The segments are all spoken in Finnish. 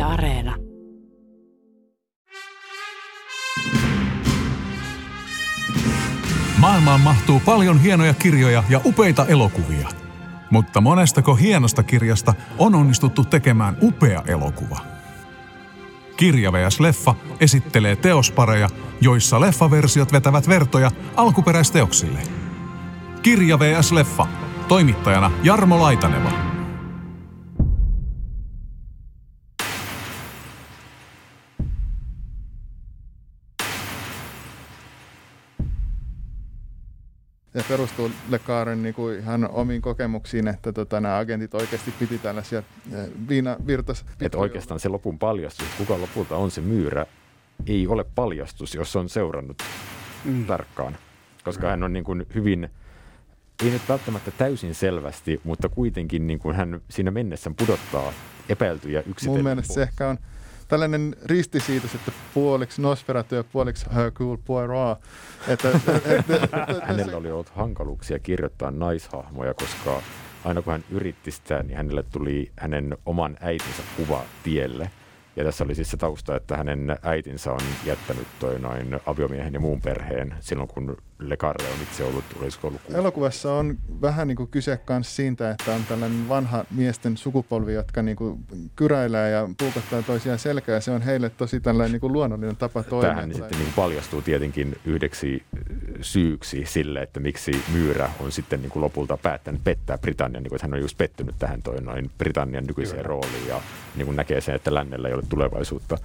Areena. Maailmaan mahtuu paljon hienoja kirjoja ja upeita elokuvia. Mutta monestako hienosta kirjasta on onnistuttu tekemään upea elokuva? Kirja vs. Leffa esittelee teospareja, joissa leffaversiot vetävät vertoja alkuperäisteoksille. Kirja vs. Leffa. Toimittajana Jarmo Laitaneva. Se perustuu Le Carren niin kuin ihan omiin kokemuksiin, että nämä agentit oikeasti piti tällaisia viinavirtas. Että oikeastaan se lopun paljastus, kuka lopulta on se myyrä, ei ole paljastus, jos on seurannut tarkkaan. Koska hän on niin kuin hyvin, ei nyt välttämättä täysin selvästi, mutta kuitenkin niin kuin hän siinä mennessä pudottaa epäiltyjä yksitellen. Mun mielestä se ehkä on tällainen ristisiitos, että puoliksi Nosferatu ja puoliksi Hercule Poirot. Hänellä oli ollut hankaluuksia kirjoittaa naishahmoja, koska aina kun hän yritti sitä, niin hänelle tuli hänen oman äitinsä kuva tielle. Ja tässä oli siis se tausta, että hänen äitinsä on jättänyt aviomiehen ja muun perheen silloin, kun Le Carre on itse ollut, olisiko ollut 6. Elokuvassa on vähän niin kuin kyse myös siitä, että on tällainen vanha miesten sukupolvi, jotka niin kuin kyräilee ja puukottaa toisiaan selkää. Ja se on heille tosi tällainen niin kuin luonnollinen tapa toimia. Tämähän sitten niin kuin paljastuu tietenkin yhdeksi syyksi sille, että miksi myyrä on sitten niin kuin lopulta päättänyt pettää Britannian, niin kuin, että hän on just pettynyt tähän Britannian nykyiseen rooliin ja niin kuin näkee sen, että lännellä ei ole tulevaisuutta.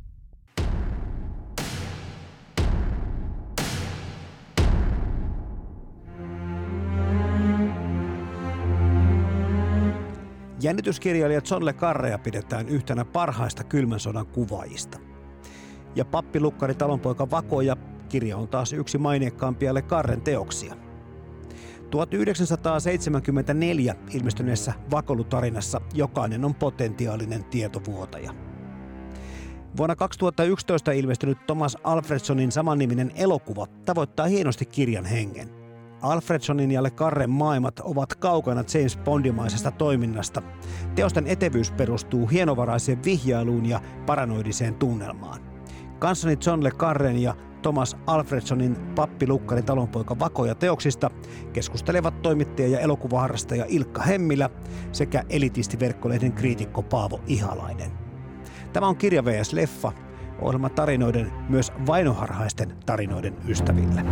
Jännityskirjailija John Le Carrea pidetään yhtenä parhaista kylmän sodan kuvaajista. Ja pappilukkari talonpoika Vakoja kirja on taas yksi maineikkaampia Le Carren teoksia. 1974 ilmestyneessä vakoilutarinassa jokainen on potentiaalinen tietovuotaja. Vuonna 2011 ilmestynyt Thomas Alfredsonin samanniminen elokuva tavoittaa hienosti kirjan hengen. Alfredsonin ja Le Carren maailmat ovat kaukana James Bondimaisesta toiminnasta. Teosten etevyys perustuu hienovaraiseen vihjailuun ja paranoidiseen tunnelmaan. Kanssani John Le Carren ja Thomas Alfredsonin pappilukkari talonpoika Vakoja teoksista keskustelevat toimittaja ja elokuvaharrastaja Ilkka Hemmilä sekä elitistiverkkolehden kriitikko Paavo Ihalainen. Tämä on Kirja vs. Leffa, ohjelma tarinoiden, myös vainoharhaisten tarinoiden ystäville.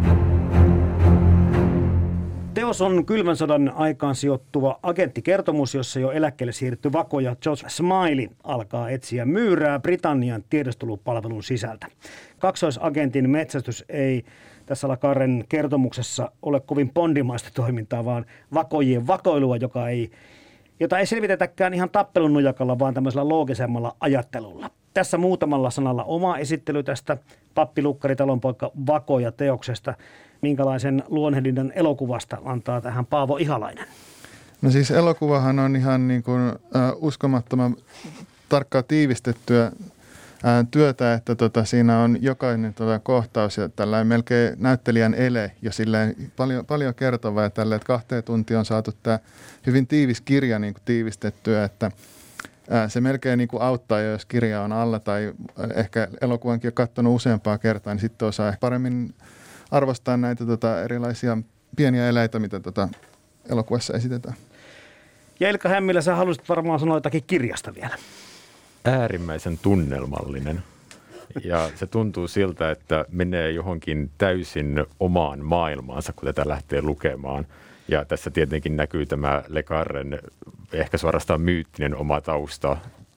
Teos on kylmän sodan aikaan sijoittuva agenttikertomus, jossa jo eläkkeelle siirretty Vakoja George Smiley alkaa etsiä myyrää Britannian tiedustelupalvelun sisältä. Kaksoisagentin metsästys ei tässä Le Carren kertomuksessa ole kovin bondimaista toimintaa, vaan vakojien vakoilua, jota ei selvitetäkään ihan tappelun nujakalla, vaan tämmöisellä loogisemmalla ajattelulla. Tässä muutamalla sanalla oma esittely tästä pappilukkari talonpoika Vakoja teoksesta. Minkälaisen luonnehdinnan elokuvasta antaa tähän Paavo Ihalainen? No siis elokuvahan on ihan niin kuin uskomattoman tarkkaan tiivistettyä työtä, että siinä on jokainen kohtaus ja tällainen melkein näyttelijän ele jo silleen paljon kertovaa ja tälle, että 2 tuntia on saatu tämä hyvin tiivis kirja niin kuin tiivistettyä, että se melkein niin kuin auttaa, jos kirja on alla tai ehkä elokuvankin on katsonut useampaa kertaa, niin sitten osaa paremmin arvostaa näitä erilaisia pieniä eleitä, mitä elokuvassa esitetään. Ja Ilkka Hemmilä, sä haluaisit varmaan sanoa jotakin kirjasta vielä. Äärimmäisen tunnelmallinen. Ja se tuntuu siltä, että menee johonkin täysin omaan maailmaansa, kun tätä lähtee lukemaan. Ja tässä tietenkin näkyy tämä Le Carren ehkä suorastaan myyttinen oma tausta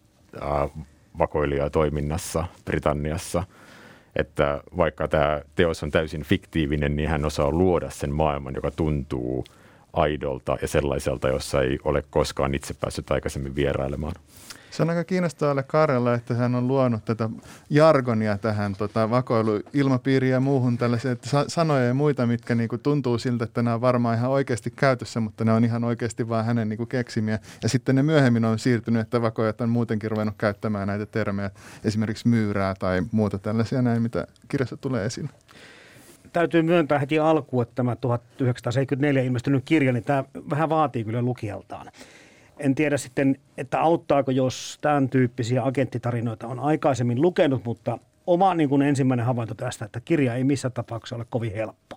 vakoilijatoiminnassa Britanniassa. Että vaikka tämä teos on täysin fiktiivinen, niin hän osaa luoda sen maailman, joka tuntuu aidolta ja sellaiselta, jossa ei ole koskaan itse päässyt aikaisemmin vierailemaan. Se on aika kiinnostavaa Le Carrella, että hän on luonut tätä jargonia tähän vakoiluilmapiiriin ja muuhun tällaisia sanoja ja muita, mitkä niinku tuntuu siltä, että nämä on varmaan ihan oikeasti käytössä, mutta ne on ihan oikeasti vaan hänen niinku keksimiä. Ja sitten ne myöhemmin on siirtynyt, että vakoijat on muutenkin ruvennut käyttämään näitä termejä, esimerkiksi myyrää tai muuta tällaisia näin, mitä kirjassa tulee esiin. Täytyy myöntää heti alkuun, että tämä 1974 ilmestynyt kirja, niin tämä vähän vaatii kyllä lukijaltaan. En tiedä sitten, että auttaako, jos tämän tyyppisiä agenttitarinoita on aikaisemmin lukenut, mutta oma niin kuin ensimmäinen havainto tästä, että kirja ei missään tapauksessa ole kovin helppo.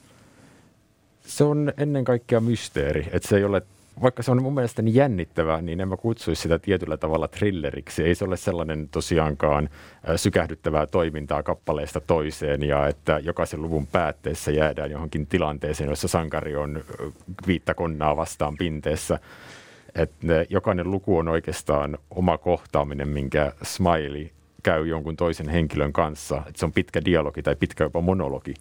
Se on ennen kaikkea mysteeri, että se ei ole, vaikka se on mun mielestäni jännittävää, niin en mä kutsuisi sitä tietyllä tavalla thrilleriksi. Ei se ole sellainen tosiaankaan sykähdyttävää toimintaa kappaleesta toiseen ja että jokaisen luvun päätteessä jäädään johonkin tilanteeseen, jossa sankari on 5 konnaa vastaan pinteessä. Että jokainen luku on oikeastaan oma kohtaaminen, minkä Smiley käy jonkun toisen henkilön kanssa. Että se on pitkä dialogi tai pitkä jopa monologi.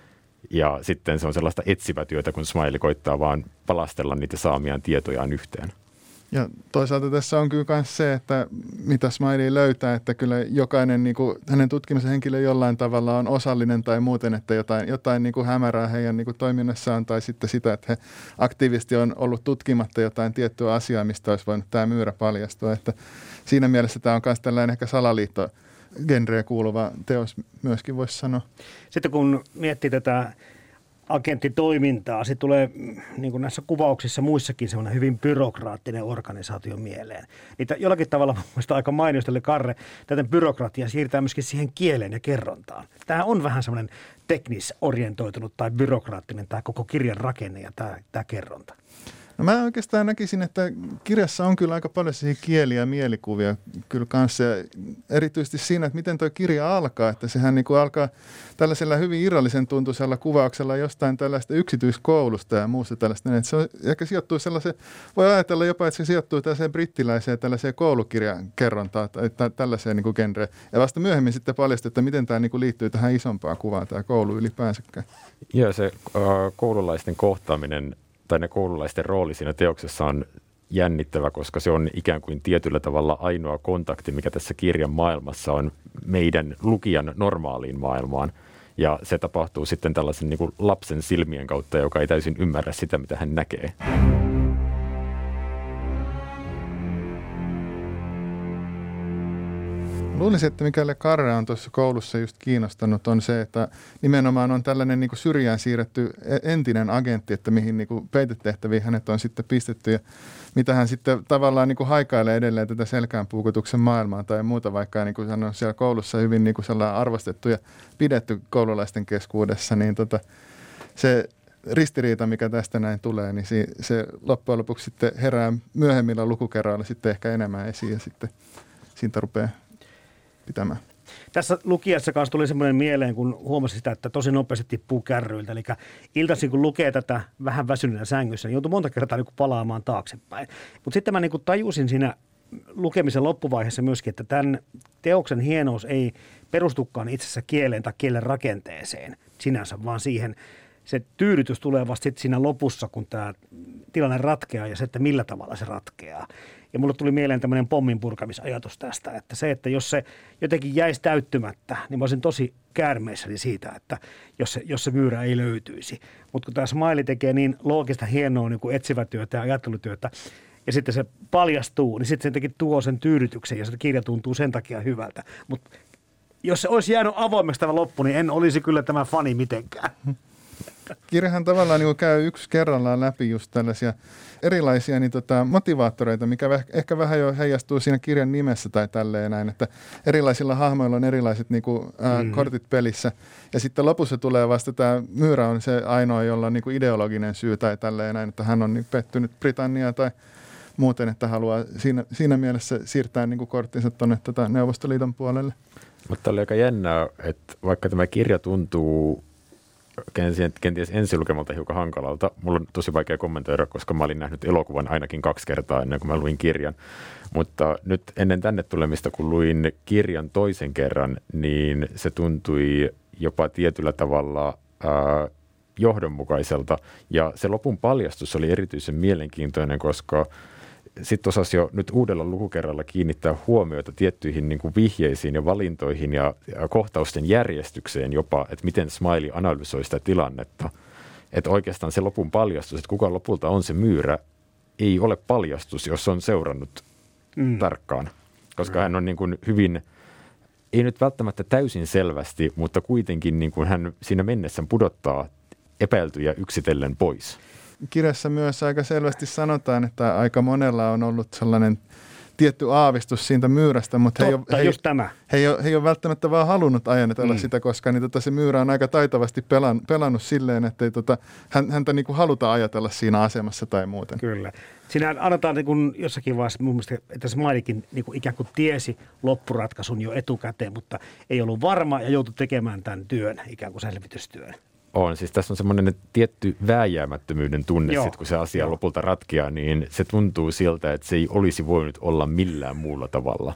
Ja sitten se on sellaista etsivätyötä, kun Smiley koittaa vaan palastella niitä saamiaan tietojaan yhteen. Ja toisaalta tässä on kyllä myös se, että mitä Smiley löytää, että kyllä jokainen niin kuin, hänen tutkimisen henkilö jollain tavalla on osallinen tai muuten, että jotain niin kuin hämärää heidän niin kuin toiminnassaan tai sitten sitä, että he aktiivisesti on ollut tutkimatta jotain tiettyä asiaa, mistä olisi voinut tämä myyrä paljastua. Että siinä mielessä tämä on myös tällainen ehkä salaliitto genreen kuuluva teos myöskin voisi sanoa. Sitten kun miettii tätä agenttitoimintaa, sitten tulee niin kuin näissä kuvauksissa muissakin semmoinen hyvin byrokraattinen organisaatio mieleen. Niitä jollakin tavalla mielestäni aika mainiosti Karre, tätä byrokratiaa siirtää myöskin siihen kieleen ja kerrontaan. Tämä on vähän semmoinen teknisorientoitunut tai byrokraattinen tämä koko kirjan rakenne ja tämä kerronta. No mä oikeastaan näkisin, että kirjassa on kyllä aika paljon kieliä ja mielikuvia kyllä kanssa. Ja erityisesti siinä, että miten tuo kirja alkaa. Että sehän niin kuin alkaa tällaisella hyvin irrallisen tuntuisella kuvauksella jostain tällaista yksityiskoulusta ja muusta tällaista. Että se on, ehkä sijoittuu sellaiseen, voi ajatella jopa, että se sijoittuu tällaiseen brittiläiseen tällaiseen koulukirjan kerrontaan tai tällaiseen niin kuin genreen. Ja vasta myöhemmin sitten paljastuu, että miten tämä niin kuin liittyy tähän isompaan kuvaan, tämä koulu ylipäänsäkään. Joo, se koululaisten kohtaaminen tai ne koululaisten rooli siinä teoksessa on jännittävä, koska se on ikään kuin tietyllä tavalla ainoa kontakti, mikä tässä kirjan maailmassa on meidän lukijan normaaliin maailmaan. Ja se tapahtuu sitten tällaisen niin kuin lapsen silmien kautta, joka ei täysin ymmärrä sitä, mitä hän näkee. Luulisin, että mikäli Karre on tuossa koulussa just kiinnostanut, on se, että nimenomaan on tällainen niin kuin syrjään siirretty entinen agentti, että mihin niin kuin peitetehtäviin hänet on sitten pistetty ja mitä hän sitten tavallaan niin kuin haikailee edelleen tätä selkäänpuukotuksen maailmaa tai muuta, vaikka niin kuin sanon, siellä koulussa hyvin niin kuin sellainen arvostettu ja pidetty koululaisten keskuudessa, niin se ristiriita, mikä tästä näin tulee, niin se loppujen lopuksi sitten herää myöhemmillä lukukerroilla sitten ehkä enemmän esiin ja sitten siitä rupeaa pitämään. Tässä lukijassa kanssa tuli semmoinen mieleen, kun huomasin sitä, että tosi nopeasti tippuu kärryiltä. Eli iltaisin, kun lukee tätä vähän väsyneenä sängyssä, niin joutuu monta kertaa niin kuin palaamaan taaksepäin. Mutta sitten mä niin kuin tajusin siinä lukemisen loppuvaiheessa myöskin, että tämän teoksen hienous ei perustukaan itsessä kieleen tai kielen rakenteeseen sinänsä, vaan siihen se tyydytys tulee vasta sitten siinä lopussa, kun tämä tilanne ratkeaa ja se, että millä tavalla se ratkeaa. Ja mulle tuli mieleen tämmöinen pommin purkamisajatus tästä, että se, että jos se jotenkin jäisi täyttymättä, niin mä olisin tosi käärmeissäni siitä, että jos se myyrä ei löytyisi. Mutta kun tämä Smiley tekee niin loogista hienoa niin kuin etsivätyötä ja ajattelutyötä, ja sitten se paljastuu, niin sitten se jotenkin tuo sen tyydytyksen ja se kirja tuntuu sen takia hyvältä. Mutta jos se olisi jäänyt avoimeksi tämä loppu, niin en olisi kyllä tämä fani mitenkään. Kirjahan tavallaan niin käy yksi kerrallaan läpi just tällaisia erilaisia motivaattoreita, mikä ehkä vähän jo heijastuu siinä kirjan nimessä tai tälleen näin, että erilaisilla hahmoilla on erilaiset kortit pelissä. Ja sitten lopussa tulee vasta tämä myyrä on se ainoa, jolla on ideologinen syy tai tälleen näin, että hän on pettynyt Britanniaan tai muuten, että haluaa siinä mielessä siirtää korttinsa tuonne Neuvostoliiton puolelle. Mutta oli aika jännää, että vaikka tämä kirja tuntuu kenties ensilukemalta hiukan hankalalta. Mulla on tosi vaikea kommentoida, koska mä olin nähnyt elokuvan ainakin 2 kertaa ennen kuin mä luin kirjan. Mutta nyt ennen tänne tulemista, kun luin kirjan toisen kerran, niin se tuntui jopa tietyllä tavalla johdonmukaiselta. Ja se lopun paljastus oli erityisen mielenkiintoinen, koska sitten osasi jo nyt uudella lukukerralla kiinnittää huomiota tiettyihin niin kuin vihjeisiin ja valintoihin ja kohtausten järjestykseen jopa, että miten Smiley analysoi sitä tilannetta. Että oikeastaan se lopun paljastus, että kuka lopulta on se myyrä, ei ole paljastus, jos on seurannut tarkkaan. Koska hän on niin kuin hyvin, ei nyt välttämättä täysin selvästi, mutta kuitenkin niin kuin hän siinä mennessään pudottaa epäiltyjä yksitellen pois. kirjassa myös aika selvästi sanotaan, että aika monella on ollut sellainen tietty aavistus siitä myyrästä, mutta he ei ole välttämättä vaan halunnut ajatella sitä, koska niin se myyrä on aika taitavasti pelannut silleen, että ei häntä niin kuin haluta ajatella siinä asemassa tai muuten. Kyllä. Siinä annetaan niin kuin jossakin vaiheessa, mun mielestä, että Smileykin niin kuin ikään kuin tiesi loppuratkaisun jo etukäteen, mutta ei ollut varma ja joutui tekemään tämän työn, ikään kuin selvitystyön. On, siis tässä on semmoinen tietty vääjäämättömyyden tunne, kun se asia lopulta ratkeaa, niin se tuntuu siltä, että se ei olisi voinut olla millään muulla tavalla.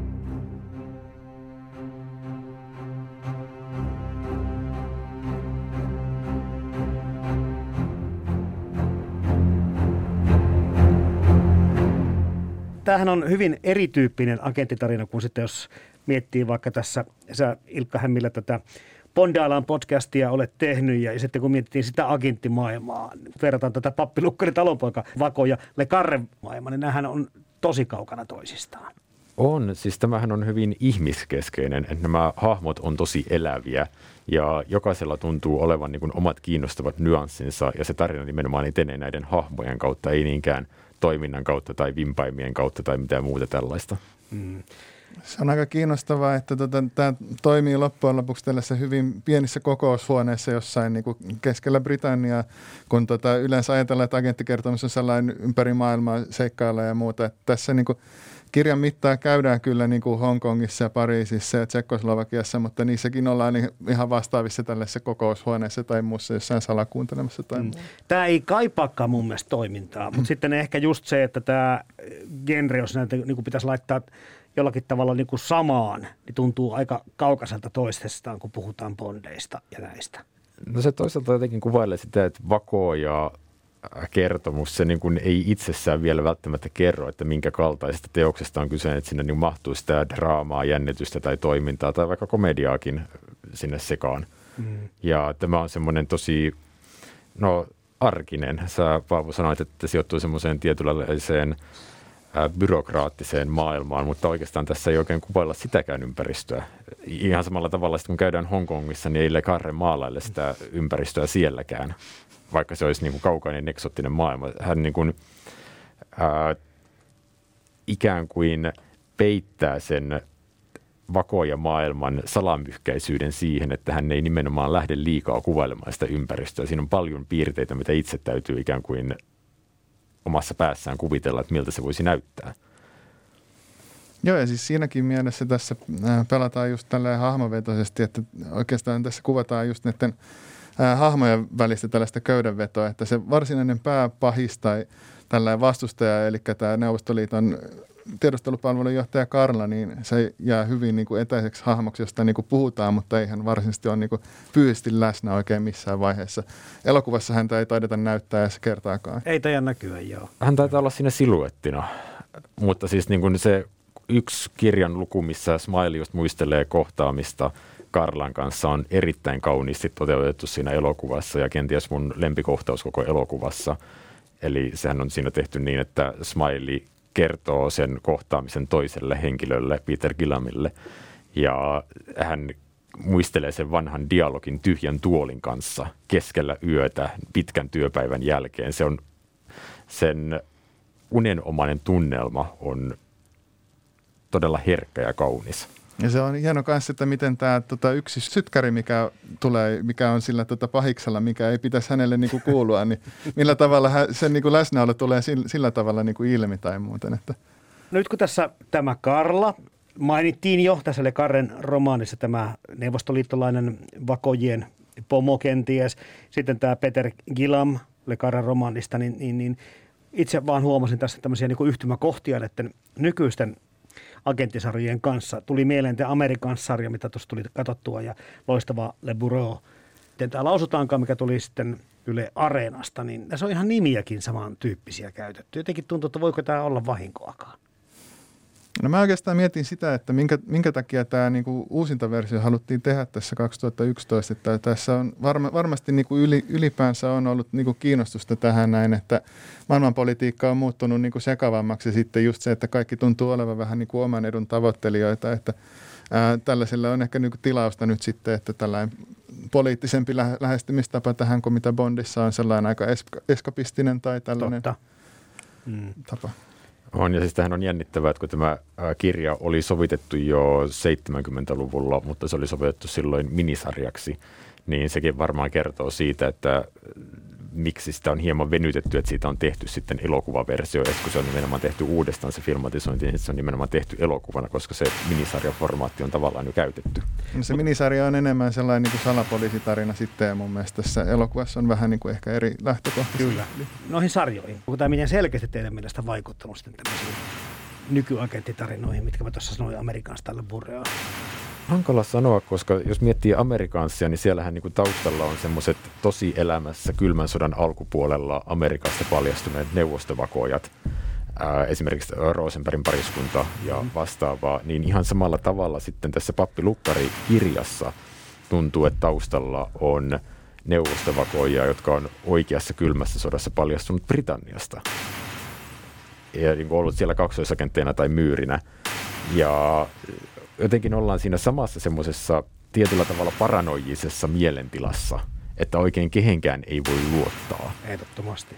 Tämähän on hyvin erityyppinen agenttitarina kuin sitten, jos miettii vaikka tässä, sä Ilkka Hämmilä tätä Bondaillaan podcastia olet tehnyt ja sitten kun mietittiin sitä agenttimaailmaa, verrataan tätä Pappilukkari Talonpoika Vako ja Le Carre maailmaa, niin nämähän on tosi kaukana toisistaan. On, siis tämähän on hyvin ihmiskeskeinen, että nämä hahmot on tosi eläviä ja jokaisella tuntuu olevan niin kuin omat kiinnostavat nyanssinsa ja se tarina nimenomaan etenee näiden hahmojen kautta, ei niinkään toiminnan kautta tai vimpaimien kautta tai mitään muuta tällaista. Se on aika kiinnostavaa, että tämä toimii loppujen lopuksi tällaisessa hyvin pienissä kokoushuoneissa jossain niin kuin keskellä Britanniaa, kun yleensä ajatellaan, että agenttikertomus on sellainen ympäri maailmaa seikkailla ja muuta. Että tässä niin kuin kirjan mittaan käydään kyllä niin kuin Hongkongissa ja Pariisissa ja Tsekkoslovakiassa, mutta niissäkin ollaan ihan vastaavissa tällaisissa kokoushuoneissa tai muussa jossain salakuuntelemassa tai muuta. Tämä ei kaipaakaan mun mielestä toimintaa, mutta sitten ehkä just se, että tämä genre, jos näitä niin kuin pitäisi laittaa jollakin tavalla niin kuin samaan, niin tuntuu aika kaukaiselta toisestaan, kun puhutaan bondeista ja näistä. No se toisaalta jotenkin kuvailee sitä, että Vako ja kertomus, se niin kuin ei itsessään vielä välttämättä kerro, että minkä kaltaisesta teoksesta on kyse, että sinne niin mahtuu sitä draamaa, jännitystä tai toimintaa tai vaikka komediaakin sinne sekaan. Ja tämä on semmoinen tosi, arkinen. Sä Paavo sanoit, että sijoittuu semmoiseen tietynlaiseen byrokraattiseen maailmaan, mutta oikeastaan tässä ei oikein kuvailla sitäkään ympäristöä. Ihan samalla tavalla, kun käydään Hongkongissa, niin ei Le Carre maalaile sitä ympäristöä sielläkään, vaikka se olisi niin kuin kaukainen eksottinen maailma. Hän niin kuin, ikään kuin peittää sen Vako ja maailman salamyhkäisyyden siihen, että hän ei nimenomaan lähde liikaa kuvailemaan sitä ympäristöä. Siinä on paljon piirteitä, mitä itse täytyy ikään kuin omassa päässään kuvitella, että miltä se voisi näyttää. Joo, ja siis siinäkin mielessä tässä pelataan just tälleen hahmovetoisesti, että oikeastaan tässä kuvataan just näiden hahmojen välistä tällaista köydenvetoa, että se varsinainen pääpahis tai tällainen vastustaja, eli tämä Neuvostoliiton tiedustelupalvelun johtaja Karla, niin se jää hyvin niin kuin etäiseksi hahmoksi, josta niin kuin puhutaan, mutta ei hän varsinaisesti ole niin kuin fyysisesti läsnä oikein missään vaiheessa. Elokuvassa häntä ei taideta näyttää edes kertaakaan. Ei taida näkyä, joo. Hän taitaa olla siinä siluettina, mutta siis niin kuin se yksi kirjan luku, missä Smiley just muistelee kohtaamista Karlan kanssa, on erittäin kauniisti toteutettu siinä elokuvassa ja kenties mun lempikohtaus koko elokuvassa. Eli sehän on siinä tehty niin, että Smiley kertoo sen kohtaamisen toiselle henkilölle, Peter Gillamille, ja hän muistelee sen vanhan dialogin tyhjän tuolin kanssa keskellä yötä pitkän työpäivän jälkeen. Se on, sen unenomainen tunnelma on todella herkkä ja kaunis. Ja se on hieno kanssa, että miten tämä yksi sytkäri, mikä on sillä pahiksella, mikä ei pitäisi hänelle niinku kuulua, niin millä tavalla sen niinku läsnäolo tulee sillä tavalla niinku ilmi tai muuten. Että. Nyt kun tässä tämä Karla, mainittiin jo tässä Le Carren romaanissa tämä neuvostoliittolainen vakojen pomo kenties, sitten tämä Peter Gillam Le Carren romaanista, niin itse vaan huomasin tässä tämmöisiä niinku yhtymäkohtia näiden nykyisten agenttisarjojen kanssa. Tuli mieleen tämä Amerikan-sarja, mitä tuossa tuli katsottua, ja loistava Le Bureau. Miten tämä lausutaankaan, mikä tuli sitten Yle Areenasta, niin se on ihan nimiäkin samantyyppisiä käytetty. Jotenkin tuntuu, että voiko tämä olla vahinkoakaan. No mä oikeastaan mietin sitä, että minkä takia tämä niinku uusinta versio haluttiin tehdä tässä 2011. Että tässä on varmasti niinku ylipäänsä on ollut niinku kiinnostusta tähän näin, että maailmanpolitiikka on muuttunut niinku sekavammaksi sitten just se, että kaikki tuntuu olevan vähän niinku oman edun tavoittelijoita. Että tällaiselle on ehkä niin kuin tilausta nyt sitten, että tällainen poliittisempi lähestymistapa tähän kuin mitä Bondissa on sellainen aika eskapistinen tai tällainen tapa. On, ja siis tämähän on jännittävää, että kun tämä kirja oli sovitettu jo 70-luvulla, mutta se oli sovitettu silloin minisarjaksi, niin sekin varmaan kertoo siitä, että miksi sitä on hieman venytetty, että siitä on tehty sitten elokuvaversio, että kun se on nimenomaan tehty uudestaan se filmatisointi, niin se on nimenomaan tehty elokuvana, koska se minisarjaformaatti on tavallaan jo käytetty. No se minisarja on enemmän sellainen niin kuin salapoliisitarina sitten, ja mun mielestä tässä elokuvassa on vähän niin kuin ehkä eri lähtökohta. Kyllä. Noihin sarjoihin. Onko tämä miten selkeästi teidän mielestä vaikuttanut sitten tämmöisiin nykyagenttitarinoihin, mitkä mä tuossa sanoin Amerikan Style Bureau? Hankala sanoa, koska jos miettii Amerikanssia, niin siellähän niin kuin taustalla on semmoiset tosielämässä kylmän sodan alkupuolella Amerikasta paljastuneet neuvostovakoojat, esimerkiksi Rosenbergin pariskunta ja vastaavaa, niin ihan samalla tavalla sitten tässä Pappi Lukkari-kirjassa tuntuu, että taustalla on neuvostovakoojia, jotka on oikeassa kylmässä sodassa paljastunut Britanniasta ja niin kuin ollut siellä kaksoisagentteina tai myyrinä. Ja jotenkin ollaan siinä samassa semmoisessa tietyllä tavalla paranoijisessa mielentilassa, että oikein kehenkään ei voi luottaa. Ehdottomasti.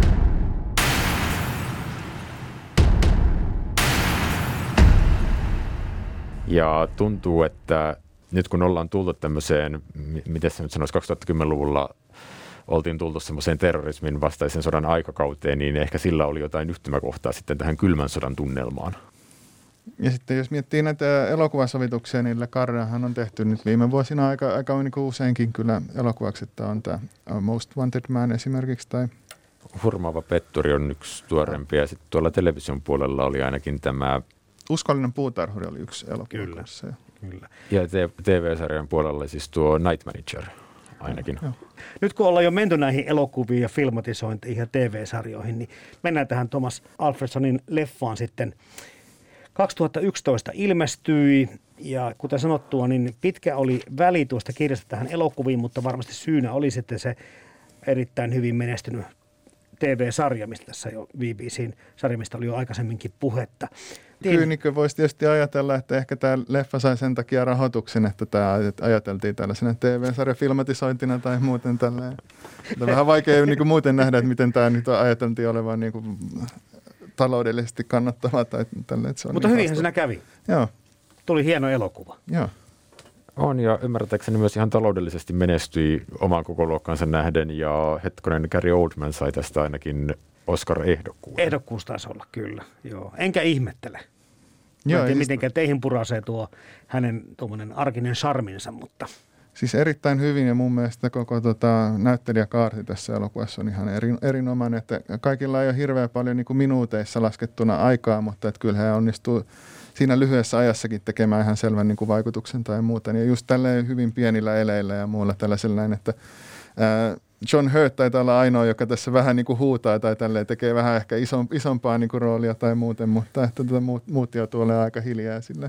Ja tuntuu, että nyt kun ollaan tultu tämmöiseen, miten se nyt sanoisi, 2010-luvulla oltiin tultu semmoiseen terrorismin vastaisen sodan aikakauteen, niin ehkä sillä oli jotain yhtymäkohtaa sitten tähän kylmän sodan tunnelmaan. Ja sitten jos miettii näitä elokuvasovituksia, niin Le Carréhan on tehty nyt viime vuosina aika niin kuin useinkin kyllä elokuvaksi, että on tämä Most Wanted Man esimerkiksi. Tai Hurmaava petturi on yksi tuorempi, ja sitten tuolla television puolella oli ainakin tämä Uskollinen puutarhuri oli yksi elokuva. Kyllä. Ja TV-sarjan puolella oli siis tuo Night Manager ainakin. Joo. Nyt kun ollaan jo menty näihin elokuviin ja filmatisointeihin ja TV-sarjoihin, niin mennään tähän Thomas Alfredsonin leffaan sitten. 2011 ilmestyi ja kuten sanottua, niin pitkä oli väli tuosta kirjasta tähän elokuviin, mutta varmasti syynä oli sitten se erittäin hyvin menestynyt TV-sarja, mistä tässä jo BBC:n sarja, mistä oli jo aikaisemminkin puhetta. Kyynikö voisi tietysti ajatella, että ehkä tämä leffa sai sen takia rahoituksen, että tämä ajateltiin tällaisena TV-sarjan filmatisointina tai muuten tälleen. On vähän vaikea niin kuin muuten nähdä, että miten tämä nyt ajateltiin olevan niin kuin taloudellisesti kannattavaa tai tälleen. Mutta niin hyvinhän siinä kävi. Joo. Tuli hieno elokuva. Joo. On, ja ymmärtääkseni myös ihan taloudellisesti menestyi omaan kokoluokkaansa nähden, ja hetkonen Gary Oldman sai tästä ainakin Oscar-ehdokkuuden. Ehdokkuus taisi olla, kyllä. Joo. Enkä ihmettele. Joo, en tiedä, mitenkään teihin purasee tuo hänen tuommoinen arkinen charminsa, mutta siis erittäin hyvin, ja mun mielestä koko näyttelijäkaarti tässä elokuvassa on ihan erinomainen, että kaikilla ei ole hirveän paljon niin kuin minuuteissa laskettuna aikaa, mutta että kyllä he onnistuu siinä lyhyessä ajassakin tekemään ihan selvän niin kuin vaikutuksen tai muuten. Ja just tälleen hyvin pienillä eleillä ja muilla tällaisella näin, että John Hurt taitaa olla ainoa, joka tässä vähän niin kuin huutaa tai tälleen tekee vähän ehkä isompaa niin kuin roolia tai muuten, mutta että muut joutuu olemaan aika hiljaa sille.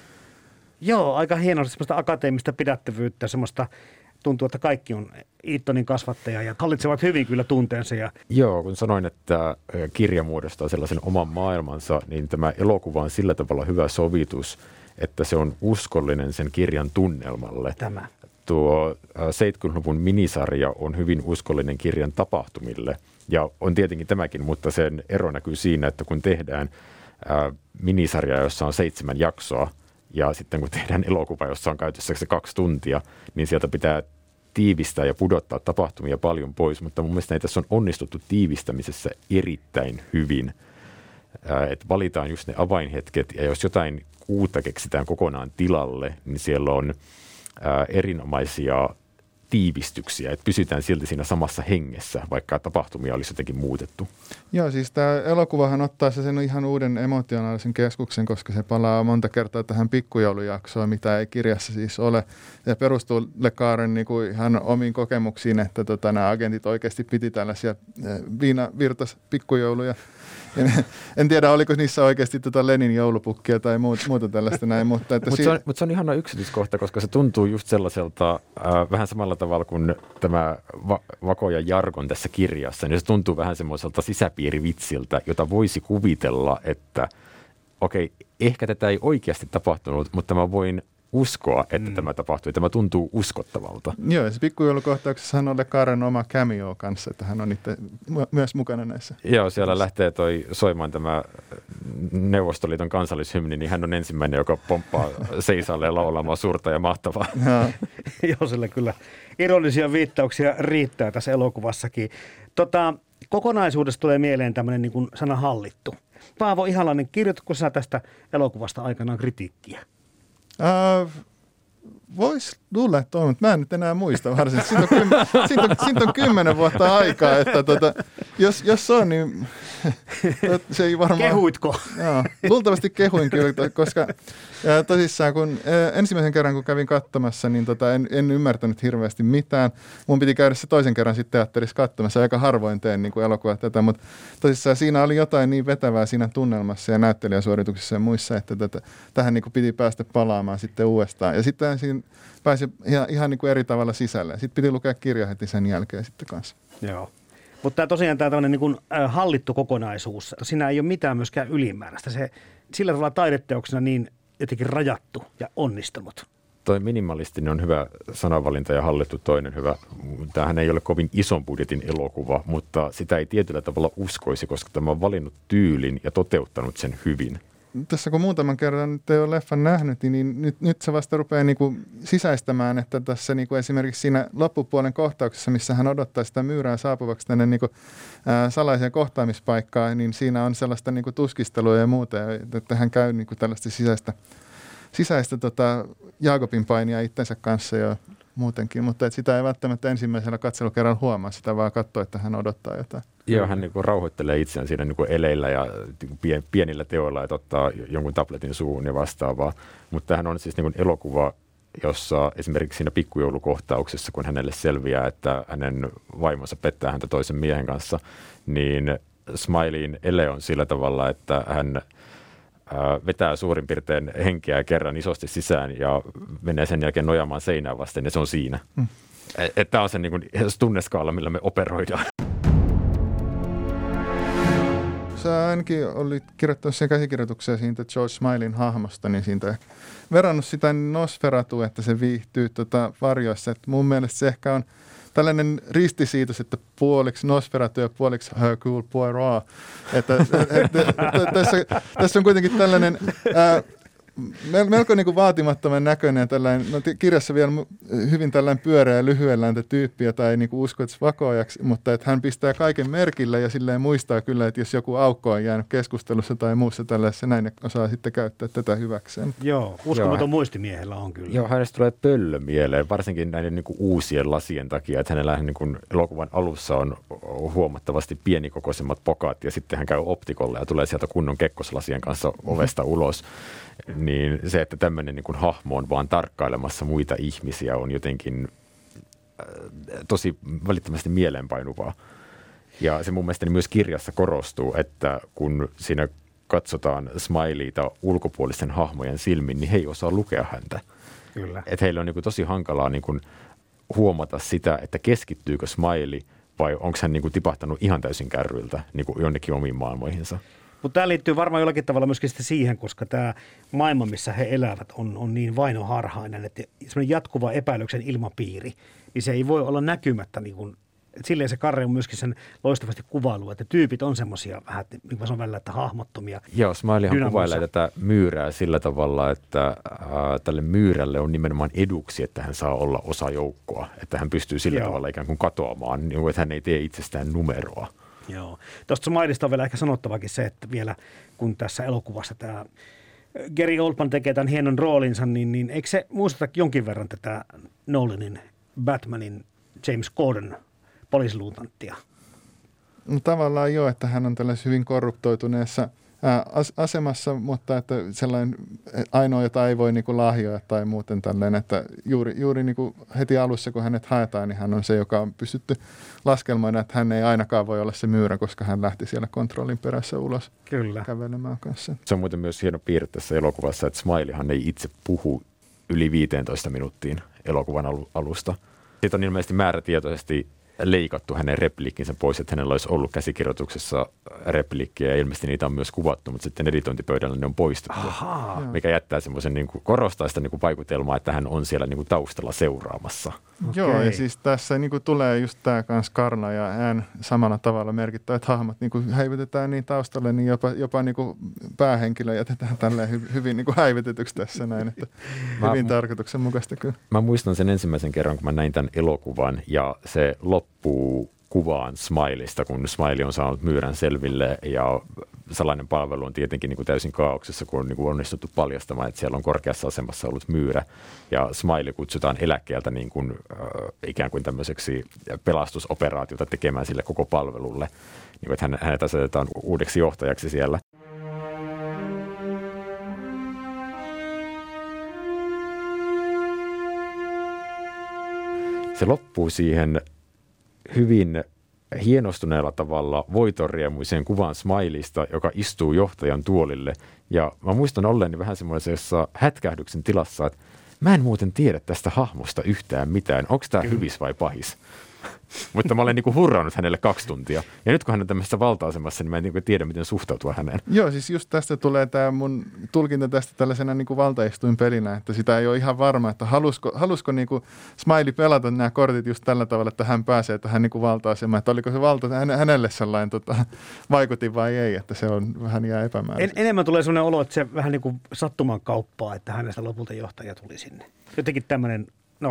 joo, aika hienoa semmoista akateemista pidättävyyttä, semmoista tuntuu, että kaikki on Eatonin kasvattaja ja hallitsevat hyvin kyllä tunteensa. Joo, kun sanoin, että kirja muodostaa sellaisen oman maailmansa, niin tämä elokuva on sillä tavalla hyvä sovitus, että se on uskollinen sen kirjan tunnelmalle. Tämä. Tuo 70-luvun minisarja on hyvin uskollinen kirjan tapahtumille, ja on tietenkin tämäkin, mutta sen ero näkyy siinä, että kun tehdään minisarja, jossa on 7 jaksoa, ja sitten kun tehdään elokuva, jossa on käytössä se 2 tuntia, niin sieltä pitää tiivistää ja pudottaa tapahtumia paljon pois, mutta mun mielestä tässä on onnistuttu tiivistämisessä erittäin hyvin. Että valitaan just ne avainhetket, ja jos jotain uutta keksitään kokonaan tilalle, niin siellä on erinomaisia tiivistyksiä, että pysytään silti siinä samassa hengessä, vaikka tapahtumia olisi jotenkin muutettu. Joo, siis tämä elokuvahan ottaa sen ihan uuden emotionaalisen keskuksen, koska se palaa monta kertaa tähän pikkujoulujaksoon, mitä ei kirjassa siis ole. Ja perustuu Le Carrén niin kuin ihan omiin kokemuksiin, että nämä agentit oikeasti piti tällaisia viinavirtas pikkujouluja. En tiedä, oliko niissä oikeasti Lenin joulupukkia tai muuta tällaista näin. Mutta se on ihana yksityiskohta, koska se tuntuu just sellaiselta vähän samalla tavalla kuin tämä vakoja jargon tässä kirjassa. Niin se tuntuu vähän semmoiselta sisäpiirivitsiltä, jota voisi kuvitella, että okei, ehkä tätä ei oikeasti tapahtunut, mutta mä voin uskoa, että tämä tapahtui. Tämä tuntuu uskottavalta. Joo, ja se pikkujoulukohtauksessahan on Le Carren oma cameo kanssa, että hän on itse myös mukana näissä. Joo, siellä lähtee soimaan tämä Neuvostoliiton kansallishymni, niin hän on ensimmäinen, joka pomppaa seisalle laulamaan suurta ja mahtavaa. Joo, sillä kyllä ironisia viittauksia riittää tässä elokuvassakin. Kokonaisuudessa tulee mieleen tämmöinen niin kuin sana hallittu. Paavo Ihalainen, kirjoitatko sä tästä elokuvasta aikanaan kritiikkiä? Voisi luulla, että on, mutta mä en nyt enää muista varsinaisesti. Siitä on 10 vuotta aikaa, että jos on, niin se ei varmaan... Kehuitko? Joo, luultavasti kehuin kyllä, koska tosissaan kun ensimmäisen kerran kun kävin katsomassa, niin en ymmärtänyt hirveästi mitään. Mun piti käydä se toisen kerran sitten teatterissa katsomassa. Aika harvoin teen niin kuin elokuvat tätä, mutta tosissaan siinä oli jotain niin vetävää siinä tunnelmassa ja näyttelijäsuorituksissa ja muissa, että tähän niin kuin piti päästä palaamaan sitten uudestaan. Ja sitten siinä pääsi ihan niin kuin eri tavalla sisälle. Sitten piti lukea kirja heti sen jälkeen sitten kanssa. Joo. Mutta tosiaan tämä tämmöinen niin kuin hallittu kokonaisuus, siinä ei ole mitään myöskään ylimääräistä. Se sillä tavalla taideteoksena niin jotenkin rajattu ja onnistunut. Toi minimalistinen on hyvä sanavalinta ja hallittu toinen hyvä. Tämähän ei ole kovin ison budjetin elokuva, mutta sitä ei tietyllä tavalla uskoisi, koska tämä on valinnut tyylin ja toteuttanut sen hyvin. Tässä kun muutaman kerran nyt ei ole leffan nähnyt, niin nyt se vasta rupeaa niin kuin sisäistämään, että tässä niin kuin esimerkiksi siinä loppupuolen kohtauksessa, missä hän odottaa sitä myyrää saapuvaksi tänne niin kuin, salaiseen kohtaamispaikkaan, niin siinä on sellaista niin kuin tuskistelua ja muuta, että hän käy niin kuin tällaista sisäistä Jaakobin painia itsensä kanssa jo muutenkin, mutta että sitä ei välttämättä ensimmäisellä katselukerralla huomaa, sitä vaan katsoo, että hän odottaa jotain. Joo, hän niin kuin rauhoittelee itseään siinä niin kuin eleillä ja pienillä teoilla, että ottaa jonkun tabletin suuhun ja vastaavaa. Mutta tämähän on siis niin kuin elokuva, jossa esimerkiksi siinä pikkujoulukohtauksessa, kun hänelle selviää, että hänen vaimonsa pettää häntä toisen miehen kanssa, niin Smileyin ele on sillä tavalla, että hän vetää suurin piirtein henkeä kerran isosti sisään ja menee sen jälkeen nojaamaan seinään vasten ja se on siinä. Tämä on se niin kuin tunneskaala, millä me operoidaan. Sä ainakin olit kirjoittanut sen käsikirjoituksia siitä George Smileyn hahmosta, niin siitä verrannut sitä Nosferatua, että se viihtyy varjoissa. Et mun mielestä se ehkä on tällainen ristisiitos, että puoliksi Nosferatu ja puoliksi Hercule Poirot. Tässä on kuitenkin tällainen melko niin kuin vaatimattoman näköinen tällainen, no kirjassa vielä hyvin tällainen pyöreä ja lyhyelläntä tyyppi, jota ei niin kuin usko, että vakoajaksi, mutta että hän pistää kaiken merkille ja silleen muistaa kyllä, että jos joku aukko on jäänyt keskustelussa tai muussa tällaisessa, näin osaa sitten käyttää tätä hyväkseen. Joo, uskomaton muistimiehellä on kyllä. Joo, hänestä tulee pöllö mieleen, varsinkin näiden niin kuin uusien lasien takia, että hänellä niin kuin elokuvan alussa on huomattavasti pienikokoisemmat pokaat ja sitten hän käy optikolla ja tulee sieltä kunnon kekkoslasien kanssa ovesta ulos. Niin se, että tämmöinen niin kuin hahmo on vaan tarkkailemassa muita ihmisiä on jotenkin tosi välittömästi mieleenpainuvaa. Ja se mun mielestäni myös kirjassa korostuu, että kun siinä katsotaan Smileyta ulkopuolisten hahmojen silmin, niin he ei osaa lukea häntä. Kyllä. Että heillä on niin kuin tosi hankalaa niin kuin huomata sitä, että keskittyykö Smiley vai onko hän niin kuin tipahtanut ihan täysin kärryiltä niin kuin jonnekin omiin maailmoihinsa. Mutta tämä liittyy varmaan jollakin tavalla myöskin siihen, koska tämä maailma, missä he elävät, on niin vainoharhainen, että semmoinen jatkuva epäilyksen ilmapiiri, niin se ei voi olla näkymättä. Niin kuin, että silleen se Carre on myöskin sen loistavasti kuvailu, että tyypit on semmoisia vähän, niin kuin se on välillä, että hahmottomia. Joo, Smileyhan kuvailee tätä myyrää sillä tavalla, että tälle myyrälle on nimenomaan eduksi, että hän saa olla osa joukkoa, että hän pystyy sillä tavalla ikään kuin katoamaan, niin että hän ei tee itsestään numeroa. Joo. Tuosta Smileysta on vielä ehkä sanottavakin se, että vielä kun tässä elokuvassa tämä Gary Oldman tekee tämän hienon roolinsa, niin eikö se muisteta jonkin verran tätä Nolanin Batmanin James Gordon poliisiluutanttia? No, tavallaan joo, että hän on tällaisessa hyvin korruptoituneessa asemassa, mutta että sellainen ainoa, jota ei voi niin kuin lahjoa tai muuten tällainen, että juuri niin kuin heti alussa, kun hänet haetaan, niin hän on se, joka on pystytty laskelmaan, että hän ei ainakaan voi olla se myyrä, koska hän lähti siellä kontrollin perässä ulos kävelemään kanssa. Se on muuten myös hieno piirre tässä elokuvassa, että Smileyhan ei itse puhu yli 15 minuuttiin elokuvan alusta. Siitä on ilmeisesti määrätietoisesti leikattu hänen repliikkinsä pois, että hänellä olisi ollut käsikirjoituksessa repliikkiä ja ilmeisesti niitä on myös kuvattu, mutta sitten editointipöydällä ne on poistettu, mikä jättää semmoisen, niin kuin, korostaa sitä niin kuin vaikutelmaa, että hän on siellä niin kuin taustalla seuraamassa. Joo, ja siis tässä niin kuin tulee just tämä kanssa Karla ja ään samalla tavalla merkittävät hahmot niin kuin häivytetään niin taustalle, niin jopa niin kuin päähenkilö jätetään tälleen hyvin niin kuin häivytetyksi tässä näin, että hyvin tarkoituksenmukaista kyllä. Mä muistan sen ensimmäisen kerran, kun mä näin tämän elokuvan ja se loppuu kuvaan Smileysta, kun Smiley on saanut myyrän selville ja salainen palvelu on tietenkin niin kuin täysin kaauksessa, kun on niin kuin onnistuttu paljastamaan, että siellä on korkeassa asemassa ollut myyrä ja Smiley kutsutaan eläkkeeltä niin kuin, ikään kuin tämmöiseksi pelastusoperaatiota tekemään sille koko palvelulle, niin kuin, että hänet asetetaan uudeksi johtajaksi siellä. Se loppuu siihen hyvin hienostuneella tavalla voitonriemuiseen kuvaan Smileysta, joka istuu johtajan tuolille. Ja mä muistan olleeni vähän semmoisessa hätkähdyksen tilassa, että mä en muuten tiedä tästä hahmosta yhtään mitään. Onko tämä hyvis vai pahis? Mutta mä olen niin kuin hurraannut hänelle 2 tuntia. Ja nyt kun hän on tämmöisessä valta-asemassa, niin mä en niin kuin tiedä, miten suhtautua häneen. Joo, siis just tästä tulee tämä mun tulkinta tästä tällaisena niin kuin valtaistuinpelinä, että sitä ei ole ihan varma, että halusko niin kuin Smiley pelata nämä kortit just tällä tavalla, että hän pääsee tähän niin kuin valta-asemaan, että oliko se valta hänelle sellainen vaikutin vai ei, että se on vähän jää epämääräistä. Enemmän tulee sellainen olo, että se vähän niin kuin sattuman kauppaa, että hänestä lopulta johtaja tuli sinne. Jotenkin tämmöinen,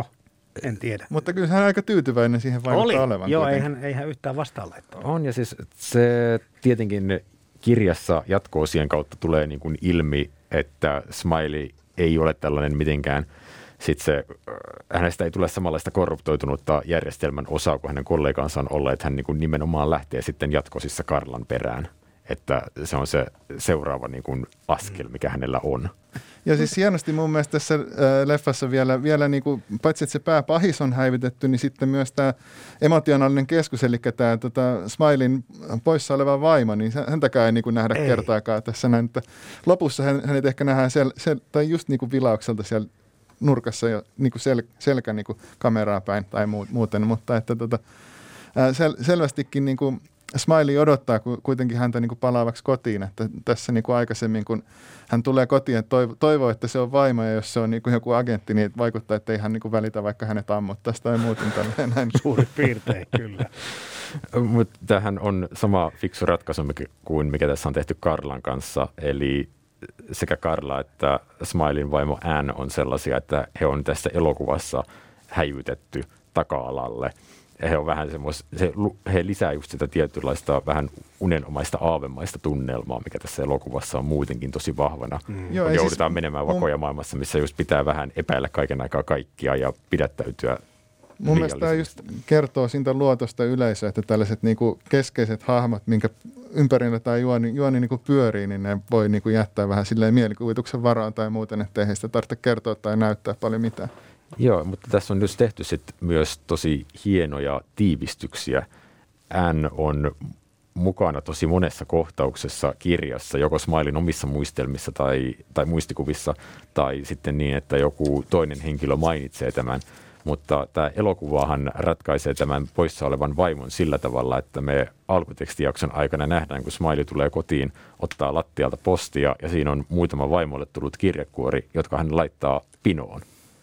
en tiedä. Mutta kyllä hän aika tyytyväinen siihen vaikuttaa olevan. Joo, ei hän yhtään vastaan laittaa. On, ja siis se tietenkin kirjassa jatko-osien kautta tulee niin kuin ilmi, että Smiley ei ole tällainen mitenkään, hänestä ei tule samanlaista korruptoitunutta järjestelmän osaa kuin hänen kollegansa on ollut, että hän niin kuin nimenomaan lähtee sitten jatkosissa Karlan perään. Että se on se seuraava niin kuin askel, mikä hänellä on. Ja siis hienosti mun mielestä tässä leffassa vielä niin kuin, paitsi että se pääpahis on häivitetty, niin sitten myös tämä emotionaalinen keskus, eli tämä Smileyn poissa oleva vaimo, niin häntäkään ei niin kuin nähdä kertaakaan tässä näin. Että lopussa hänet ehkä nähdään tai just niin kuin vilaukselta siellä nurkassa ja niin kuin selkä niin kuin kameraa päin tai muuten, mutta että selvästikin niin kuin Smiley odottaa kuitenkin häntä niin kuin palaavaksi kotiin, että tässä niin kuin aikaisemmin, kun hän tulee kotiin, että toivoo, että se on vaimo, ja jos se on niin kuin joku agentti, niin vaikuttaa, että ei hän niin kuin välitä, vaikka hänet ammuttaisi tai muuten näin. Suurin piirtein, kyllä. Mutta tämähän on sama fiksu ratkaisu kuin mikä tässä on tehty Karlan kanssa, eli sekä Karla että Smileyn vaimo Anne on sellaisia, että he on tässä elokuvassa häivytetty taka-alalle. He on vähän he lisää just sitä tietynlaista vähän unenomaista aavemaista tunnelmaa, mikä tässä elokuvassa on muutenkin tosi vahvana. Joo, joudutaan siis menemään vakojamaailmassa, missä just pitää vähän epäillä kaiken aikaa kaikkia ja pidättäytyä. Mun mielestä tämä just kertoo siitä luotosta yleisöä, että tällaiset niinku keskeiset hahmot, minkä ympärillä tämä juoni niinku pyörii, niin ne voi niinku jättää vähän silleen mielikuvituksen varaan tai muuten, ettei heistä tarvitse kertoa tai näyttää paljon mitään. Joo, mutta tässä on just tehty sit myös tosi hienoja tiivistyksiä. Anne on mukana tosi monessa kohtauksessa kirjassa, joko Smileyn omissa muistelmissa tai muistikuvissa, tai sitten niin, että joku toinen henkilö mainitsee tämän. Mutta tämä elokuvahan ratkaisee tämän poissa olevan vaimon sillä tavalla, että me alkutekstijakson aikana nähdään, kun Smiley tulee kotiin, ottaa lattialta postia, ja siinä on muutama vaimolle tullut kirjekuori, jotka hän laittaa pinoon.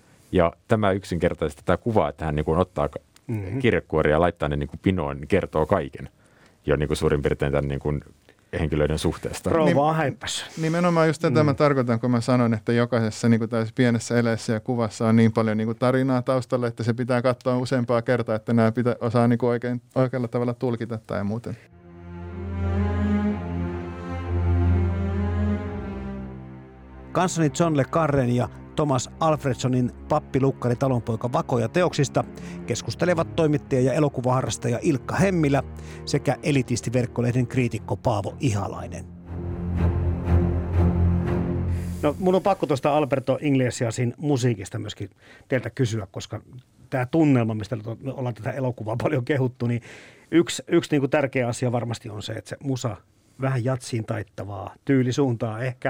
Ja tämä yksinkertaisesti tämä kuva, että hän niin kuin ottaa kirjekuoria ja laittaa ne niin kuin pinoon, niin kertoo kaiken jo niin kuin suurin piirtein tämän niin kuin henkilöiden suhteesta. Rouvaa häippäs. Nimenomaan just tätä mä tarkoitan, kun mä sanon, että jokaisessa niin kuin tässä pienessä eleessä ja kuvassa on niin paljon niin kuin tarinaa taustalla, että se pitää katsoa useampaa kertaa, että nämä osaa niin kuin oikealla tavalla tulkita tai muuten. Kanssani John le Carren ja Thomas Alfredsonin Pappilukkari talonpoika Vakoja teoksista keskustelevat toimittaja ja elokuvaharrastaja Ilkka Hemmilä sekä elitistiverkkolehden kriitikko Paavo Ihalainen. No, mun on pakko tuosta Alberto Iglesiasin musiikista myöskin teiltä kysyä, koska tämä tunnelma, mistä ollaan tätä elokuvaa paljon kehuttu, niin yksi niin kuin tärkeä asia varmasti on se, että se musa vähän jatsiin taittavaa tyylisuuntaa ehkä.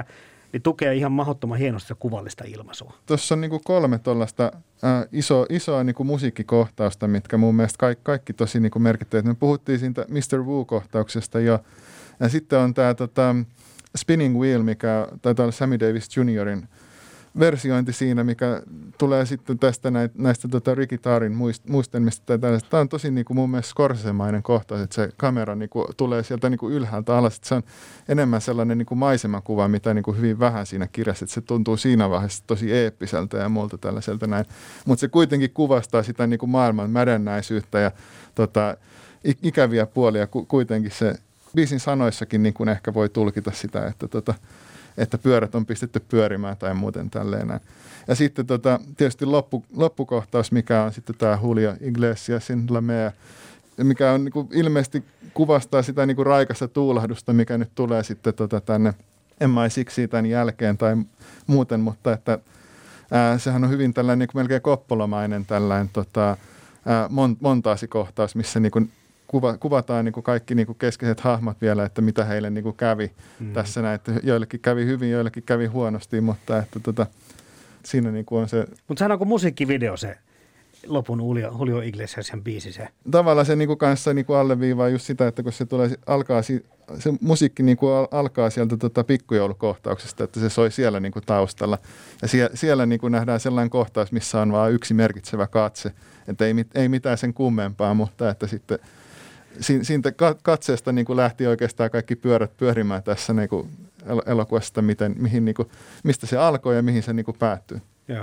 niin tukee ihan mahdottoman hienosti kuvallista ilmaisua. Tuossa on niin kuin 3 tuollaista isoa niin kuin musiikkikohtausta, mitkä mun mielestä kaikki tosi niin kuin merkittävät. Me puhuttiin siitä Mr. Wu-kohtauksesta jo. Ja sitten on tämä Spinning Wheel, mikä taitaa olla Sammy Davis Juniorin versiointi siinä, mikä tulee sitten tästä näistä Ricky Tarin muistelmista. Tämä on tosi niin kuin mun mielestä Scorsese-mainen kohtaus, että se kamera niin kuin tulee sieltä niin kuin ylhäältä alas. Että se on enemmän sellainen niin kuin maisemakuva, mitä niin kuin hyvin vähän siinä kirjassa. Että se tuntuu siinä vaiheessa tosi eeppiseltä ja muulta tällaiselta näin. Mutta se kuitenkin kuvastaa sitä niin kuin maailman mädännäisyyttä ja ikäviä puolia. Kuitenkin se biisin sanoissakin niin kuin ehkä voi tulkita sitä, että pyörät on pistetty pyörimään tai muuten tälleen. Ja sitten tietysti loppukohtaus, mikä on sitten tämä Julio Iglesiasin La Mea, mikä on niin kuin ilmeisesti kuvastaa sitä niin kuin raikasta tuulahdusta, mikä nyt tulee sitten tänne MI6 tämän jälkeen tai muuten, mutta että sehän on hyvin tällainen niin kuin melkein koppolomainen tällainen montaasikohtaus, missä niin kuin kuvataan niin kuin kaikki niin kuin keskeiset hahmot vielä, että mitä heille niin kuin kävi tässä näin, että joillekin kävi hyvin, joillekin kävi huonosti, mutta että siinä niin kuin on se. Mutta sehän on kuin musiikkivideo se lopun Julio Iglesiasin biisi se. Tavallaan se niin kuin kanssa niin kuin alleviivaa just sitä, että kun se se musiikki niin kuin alkaa sieltä pikkujoulukohtauksesta, että se soi siellä niin kuin taustalla. Ja siellä niin kuin nähdään sellainen kohtaus, missä on vain yksi merkitsevä katse, että ei mitään sen kummempaa, mutta että sitten siitä katseesta niin kuin lähti oikeastaan kaikki pyörät pyörimään tässä niin kuin elokuvasta, mistä se alkoi ja mihin se niin kuin päättyy.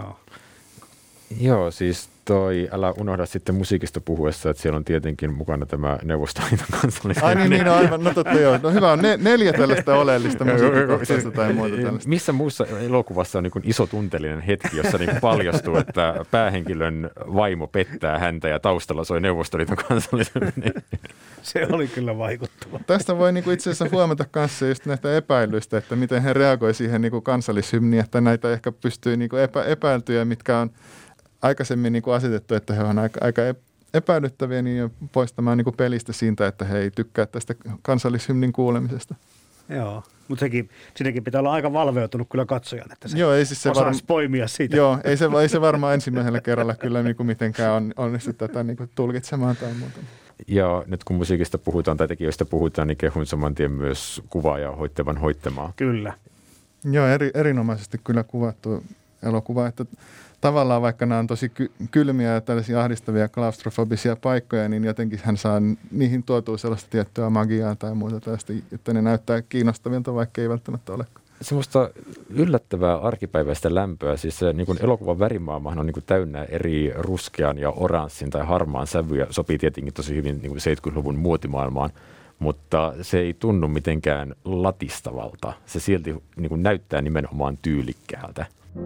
Joo, siis älä unohda sitten musiikista puhuessa, että siellä on tietenkin mukana tämä Neuvostoliiton kansallinen. Niin, aivan, no totta joo. No hyvä on 4 tällaista oleellista musiikkikohtausta tai muuta tällaista. Missä muussa elokuvassa on niin kuin iso tunteellinen hetki, jossa niin kuin paljastuu, että päähenkilön vaimo pettää häntä ja taustalla soi Neuvostoliiton kansallinen. Se oli kyllä vaikuttava. Tästä voi niin kuin itse asiassa huomata kanssa just näistä epäilyistä, että miten he reagoi siihen niin kuin kansallishymniin, että näitä ehkä pystyy niin kuin epäiltyjä, mitkä on aikaisemmin niin kuin asetettu, että he on aika epäilyttäviä niin poistamaan niin kuin pelistä siitä, että he ei tykkää tästä kansallishymnin kuulemisesta. Joo, mutta siinäkin pitää olla aika valveutunut kyllä katsojan, että se se osaisi poimia siitä. Joo, ei se varmaan ensimmäisellä kerralla kyllä niin kuin mitenkään onnistu tätä niin kuin tulkitsemaan tai muuta. Ja nyt kun musiikista puhutaan tai tekijöistä puhutaan, niin kehun saman tien myös kuvaa ja hoittavan hoittamaa. Kyllä. Joo, erinomaisesti kyllä kuvattu elokuva, että tavallaan vaikka nämä on tosi kylmiä ja tällaisia ahdistavia klaustrofobisia paikkoja, niin jotenkin hän saa niihin tuotua sellaista tiettyä magiaa tai muuta tällaista, että ne näyttää kiinnostavilta, vaikka ei välttämättä olekaan. Semmoista yllättävää arkipäiväistä lämpöä, siis se niin kuin elokuvan värimaailmahan on niin kuin täynnä eri ruskean ja oranssin tai harmaan sävyjä, sopii tietenkin tosi hyvin niin kuin 70-luvun muotimaailmaan, mutta se ei tunnu mitenkään latistavalta. Se silti niin kuin näyttää nimenomaan tyylikkäältä.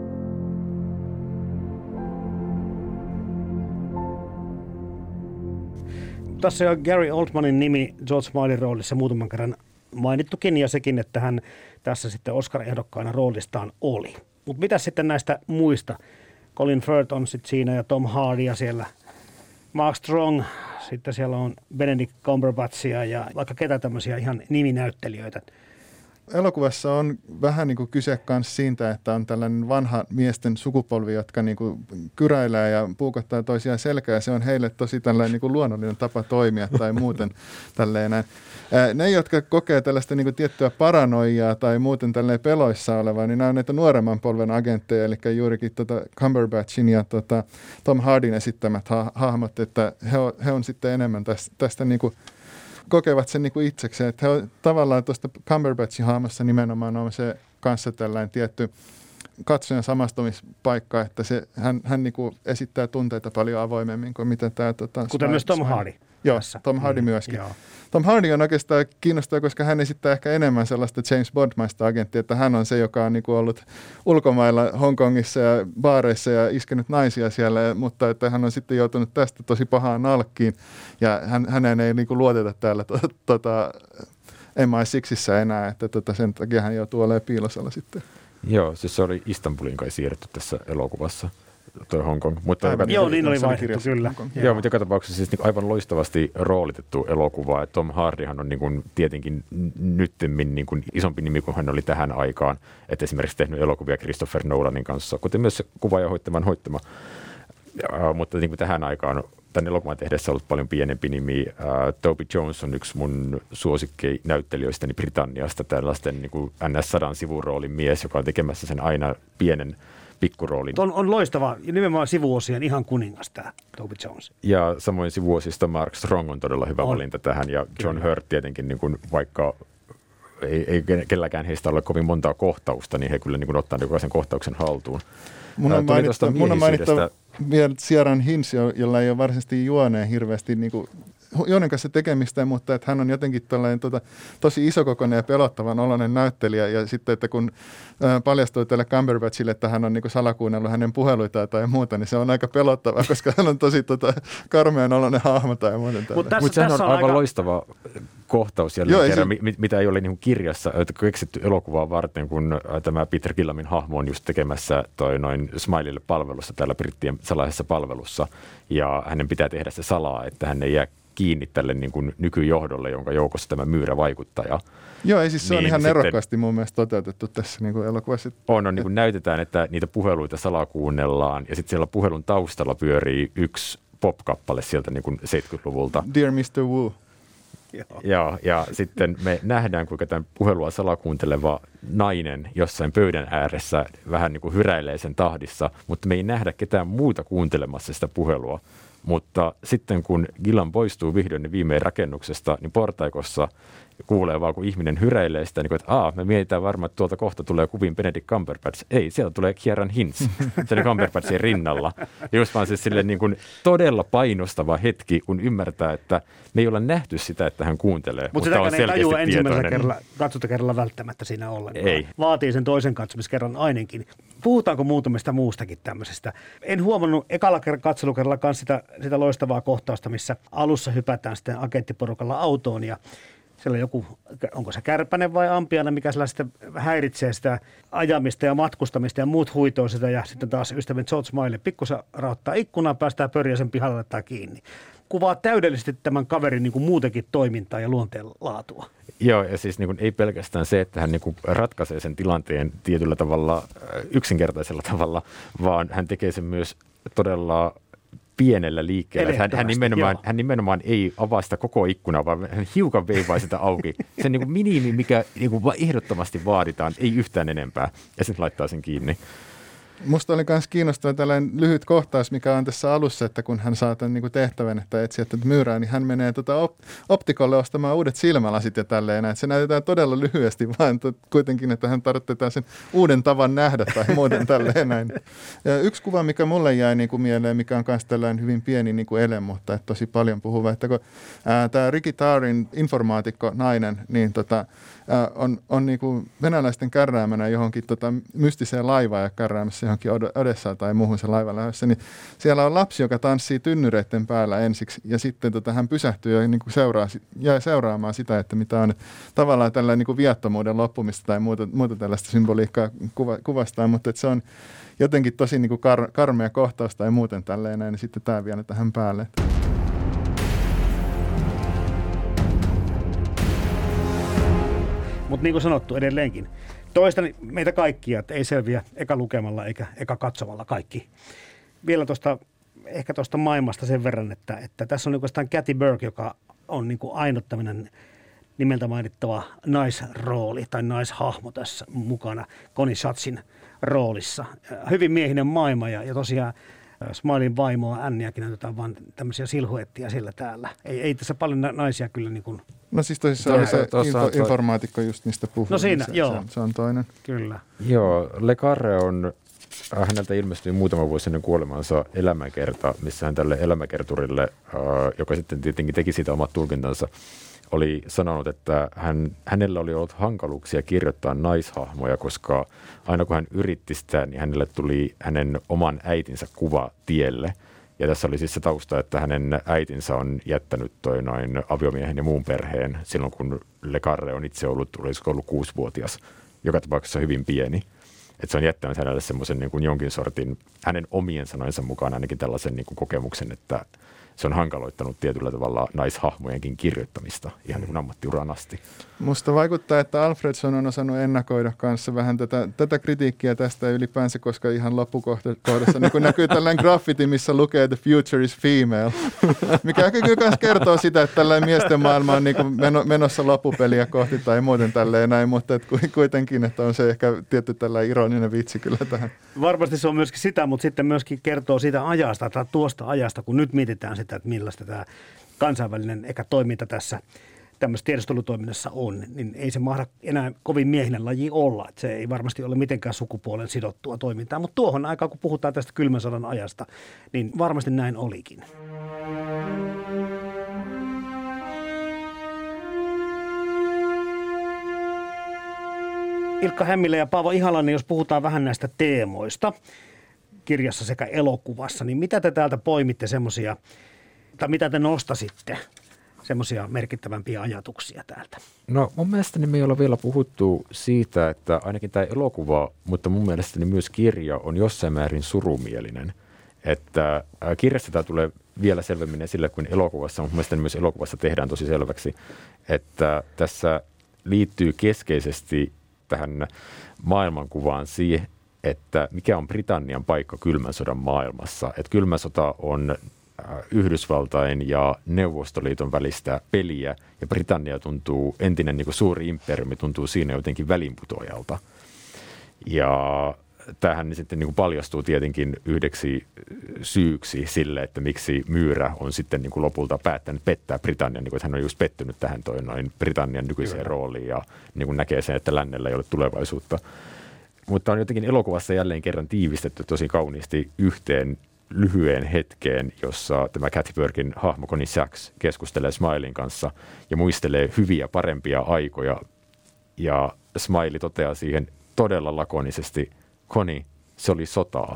Tässä on Gary Oldmanin nimi George Milesin roolissa muutaman kerran mainittukin ja sekin, että hän tässä sitten Oscar-ehdokkaana roolistaan oli. Mutta mitä sitten näistä muista? Colin Firth on sitten siinä ja Tom Hardy ja siellä Mark Strong, sitten siellä on Benedict Cumberbatchia ja vaikka ketä tämmöisiä ihan niminäyttelijöitä. Elokuvassa on vähän niin kuin kyse myös siitä, että on tällainen vanha miesten sukupolvi, jotka niin kuin kyräilee ja puukottaa toisiaan selkää. Se on heille tosi tällainen niin kuin luonnollinen tapa toimia tai muuten tälleen näin. Ne, jotka kokee tällaista niin kuin tiettyä paranoiaa tai muuten tälleen peloissa olevaa, niin nämä on näitä nuoremman polven agentteja, eli juurikin Cumberbatchin ja Tom Hardyn esittämät hahmot, että he on sitten enemmän tästä niin kuin kokevat sen niin kuin itsekseen, että he on tavallaan tuosta Cumberbatchin hahmossa nimenomaan on se kanssa tällainen tietty katsojan samastumispaikka, että hän niin kuin esittää tunteita paljon avoimemmin kuin mitä tämä kuten myös Tom Hardy. Joo, Tom Hardy myöskin. Joo. Tom Hardy on oikeastaan kiinnostava, koska hän esittää ehkä enemmän sellaista James Bond-maista agenttia, että hän on se, joka on niin kuin ollut ulkomailla Hongkongissa ja baareissa ja iskenyt naisia siellä, mutta että hän on sitten joutunut tästä tosi pahaan nalkkiin ja hänen ei niin kuin luoteta täällä MI6 enää, että sen takia hän joutuu olemaan piilosalla sitten. Joo, siis se oli Istanbuliin kai siirretty tässä elokuvassa. toi Hong Kong. Mutta joo, niin oli vaihdettu, kyllä. Joo, mutta joka tapauksessa siis niin aivan loistavasti roolitettu elokuva. Tom Hardyhan on niin kuin tietenkin nyttemmin niin kuin isompi nimi kuin hän oli tähän aikaan. Että esimerkiksi tehnyt elokuvia Christopher Nolanin kanssa, kuten myös kuvaaja hoittama. Mutta niin kuin tähän aikaan tämän elokuvan tehdessä on ollut paljon pienempi nimi. Toby Jones on yksi mun suosikkeinäyttelijöistäni Britanniasta, tällaisten niin kuin NS100 sivuroolin mies, joka on tekemässä sen aina pienen pikkuroolin. On loistava, ja nimenomaan sivuosien ihan kuningas tämä Toby Jones. Ja samoin sivuosista Mark Strong on todella hyvä valinta tähän, ja John Hurt tietenkin, niin kuin, vaikka ei kelläkään heistä ole kovin montaa kohtausta, niin he kyllä niin kuin ottaa jokaisen kohtauksen haltuun. Mun on mainittava vielä Ciaran Hinds, jolla ei ole varsinaisesti juoneen hirveästi niin kuin Joonen kanssa tekemistä, mutta että hän on jotenkin tosi isokokoinen ja pelottavan oloinen näyttelijä. Ja sitten, että kun paljastui tälle Cumberbatchille, että hän on niin kuin salakuunnellut hänen puheluitaan tai muuta, niin se on aika pelottavaa, koska hän on tosi karmean oloinen hahmo tai muuten. Mutta sehän on aivan loistava kohtaus jälleen kerran, mitä ei ole niin kuin kirjassa keksitty elokuvaa varten, kun tämä Peter Gillamin hahmo on just tekemässä noin Smileylle palvelussa täällä brittien salaisessa palvelussa. Ja hänen pitää tehdä se salaa, että hän ei jää kiinni tälle niin kuin nykyjohdolle, jonka joukossa tämä Myyrä-vaikuttaja. Joo, ei siis se on ihan nerokkaasti mun mielestä toteutettu tässä niin kuin elokuvassa. On niin kuin näytetään, että niitä puheluita salakuunnellaan ja sitten siellä puhelun taustalla pyörii yksi pop-kappale sieltä niin kuin 70-luvulta. Dear Mr. Wu. Ja sitten me nähdään, kuinka tämän puhelua salakuunteleva nainen jossain pöydän ääressä vähän niin kuin hyräilee sen tahdissa, mutta me ei nähdä ketään muuta kuuntelemassa sitä puhelua. Mutta sitten kun Gillan poistuu vihdoin viimein rakennuksesta, niin portaikossa kuulee vaan, kun ihminen hyräilee sitä, niin että me mietitään varmaan, että tuolta kohta tulee kuviin Benedict Cumberbatch. Ei, sieltä tulee Ciaran Hinds, sen Cumberbatchin rinnalla. Ja just vaan siis silleen niin kuin todella painostava hetki, kun ymmärtää, että me ei olla nähty sitä, että hän kuuntelee. Mutta on ei tajua ensimmäisellä katsotakerralla välttämättä siinä ollenkaan. Ei. Vaatii sen toisen katsomiskerran ainakin. Puhutaanko muutamista muustakin tämmöisestä? En huomannut ekalla katselukerralla kanssa sitä loistavaa kohtausta, missä alussa hypätään sitten agenttiporukalla autoon ja siellä joku, onko se kärpänen vai ampiana, mikä sellaista häiritsee sitä ajamista ja matkustamista ja muut huitoo sitä. Ja sitten taas ystävän George Smiley pikkusen raottaa ikkunaa, päästään pörjää sen pihalle laittaa kiinni. Kuvaa täydellisesti tämän kaverin niin kuin muutenkin toimintaa ja luonteen laatua. Joo, ja siis niin kuin, ei pelkästään se, että hän niin kuin ratkaisee sen tilanteen tietyllä tavalla, yksinkertaisella tavalla, vaan hän tekee sen myös todella pienellä liikkeellä. Hän nimenomaan ei avaa sitä koko ikkunaa, vaan hän hiukan veivaa sitä auki. Se niin kuin minimi, mikä niin kuin ehdottomasti vaaditaan, ei yhtään enempää, ja sitten laittaa sen kiinni. Musta oli myös kiinnostava tällainen lyhyt kohtaus, mikä on tässä alussa, että kun hän saa tämän niin kuin tehtävän, että etsiä tätä myyrää, niin hän menee optikolle ostamaan uudet silmälasit ja tälleen. Se näytetään todella lyhyesti, vaan kuitenkin, että hän tarvitsee sen uuden tavan nähdä tai muuten tälleen näin. Ja yksi kuva, mikä mulle jäi niin kuin mieleen, mikä on myös tällainen hyvin pieni niin kuin ele, mutta että tosi paljon puhuva, että kun tämä Ricky Tarin informaatikko nainen, niin on niin kuin venäläisten kärräämänä johonkin mystiseen laivaan ja kärräämässä johonkin Odessaan tai muuhun se laiva lähdössä, niin siellä on lapsi, joka tanssii tynnyreiden päällä ensiksi ja sitten hän pysähtyy ja niin kuin jää seuraamaan sitä, että mitä on tavallaan tällainen niin kuin viattomuuden loppumista tai muuta tällaista symboliikkaa kuvastaa, mutta että se on jotenkin tosi niin kuin karmea kohtaus tai muuten tälleen näin, niin sitten tämä vielä tähän päälle. Mutta niin kuin sanottu edelleenkin, toistan meitä kaikkia, että ei selviä eka lukemalla eikä eka katsomalla kaikki. Vielä ehkä tuosta maailmasta sen verran, että tässä on oikeastaan Kathy Burke, joka on niin kuin ainut tämmöinen nimeltä mainittava naisrooli tai naishahmo tässä mukana Connie Schatzin roolissa. Hyvin miehinen maailma ja tosiaan Smileyn vaimoa Anniakin näytetään vaan tämmöisiä silhuettia siellä täällä. Ei tässä paljon naisia kyllä niin kuin. No siis tosissaan oli se informaatikko just mistä puhuin. No siinä, joo. Se on toinen. Kyllä. Joo, Le Carre on, häneltä ilmestyi muutama vuosi ennen kuolemansa elämäkerta, missä hän tälle elämäkerturille, joka sitten tietenkin teki siitä omat tulkintansa, oli sanonut, että hänellä oli ollut hankaluuksia kirjoittaa naishahmoja, koska aina kun hän yritti sitä, niin hänelle tuli hänen oman äitinsä kuva tielle. Ja tässä oli siis se tausta, että hänen äitinsä on jättänyt noin aviomiehen ja muun perheen silloin, kun Le Carre on itse ollut 6-vuotias, joka tapauksessa hyvin pieni. Että se on jättänyt hänelle semmoisen niin kuin jonkin sortin, hänen omien sanojensa mukaan ainakin tällaisen niin kuin kokemuksen, että se on hankaloittanut tietyllä tavalla naishahmojenkin kirjoittamista ihan niin kuin ammattiuran asti. Musta vaikuttaa, että Alfredson on osannut ennakoida kanssa vähän tätä kritiikkiä tästä ylipäänsä, koska ihan loppukohdassa niin näkyy tällainen graffiti, missä lukee "The future is female", mikä kyllä myös kertoo sitä, että tällainen miesten maailma on niin kuin menossa loppupeliä kohti tai muuten tälleen näin, mutta kuitenkin, että on se ehkä tietty tällainen ironinen vitsi kyllä tähän. Varmasti se on myöskin sitä, mutta sitten myöskin kertoo siitä ajasta tai tuosta ajasta, kun nyt mietitään sitä, että millaista tämä kansainvälinen toiminta tässä tämmöisessä tiedustelutoiminnassa on, niin ei se mahda enää kovin miehinen laji olla. Että se ei varmasti ole mitenkään sukupuolen sidottua toimintaa, mutta tuohon aikaan, kun puhutaan tästä kylmän sodan ajasta, niin varmasti näin olikin. Ilkka Hämmilä ja Paavo Ihalainen, jos puhutaan vähän näistä teemoista kirjassa sekä elokuvassa, niin mitä te täältä poimitte semmoisia, tai mitä te nostasitte semmoisia merkittävämpiä ajatuksia täältä? No mun mielestäni me ei olla vielä puhuttu siitä, että ainakin tämä elokuva, mutta mun mielestäni myös kirja on jossain määrin surumielinen. Että kirjassa tämä tulee vielä selvemmin esille kuin elokuvassa, mutta mielestäni myös elokuvassa tehdään tosi selväksi, että tässä liittyy keskeisesti tähän maailmankuvaan siihen, että mikä on Britannian paikka kylmän sodan maailmassa. Että kylmä sota on Yhdysvaltain ja Neuvostoliiton välistä peliä, ja Britannia tuntuu, entinen niin kuin suuri imperiumi tuntuu siinä jotenkin välinputoajalta. Ja tämähän niin sitten niin kuin paljastuu tietenkin yhdeksi syyksi sille, että miksi Myyrä on sitten niin kuin lopulta päättänyt pettää Britannian, niin kuin, että hän on just pettynyt tähän noin Britannian nykyiseen rooliin ja niin kuin näkee sen, että lännellä ei ole tulevaisuutta. Mutta on jotenkin elokuvassa jälleen kerran tiivistetty tosi kauniisti yhteen lyhyen hetkeen, jossa tämä Kathy Burken hahmo Connie Sachs keskustelee Smileyn kanssa ja muistelee hyviä, parempia aikoja. Ja Smiley toteaa siihen todella lakonisesti: Connie, se oli sotaa.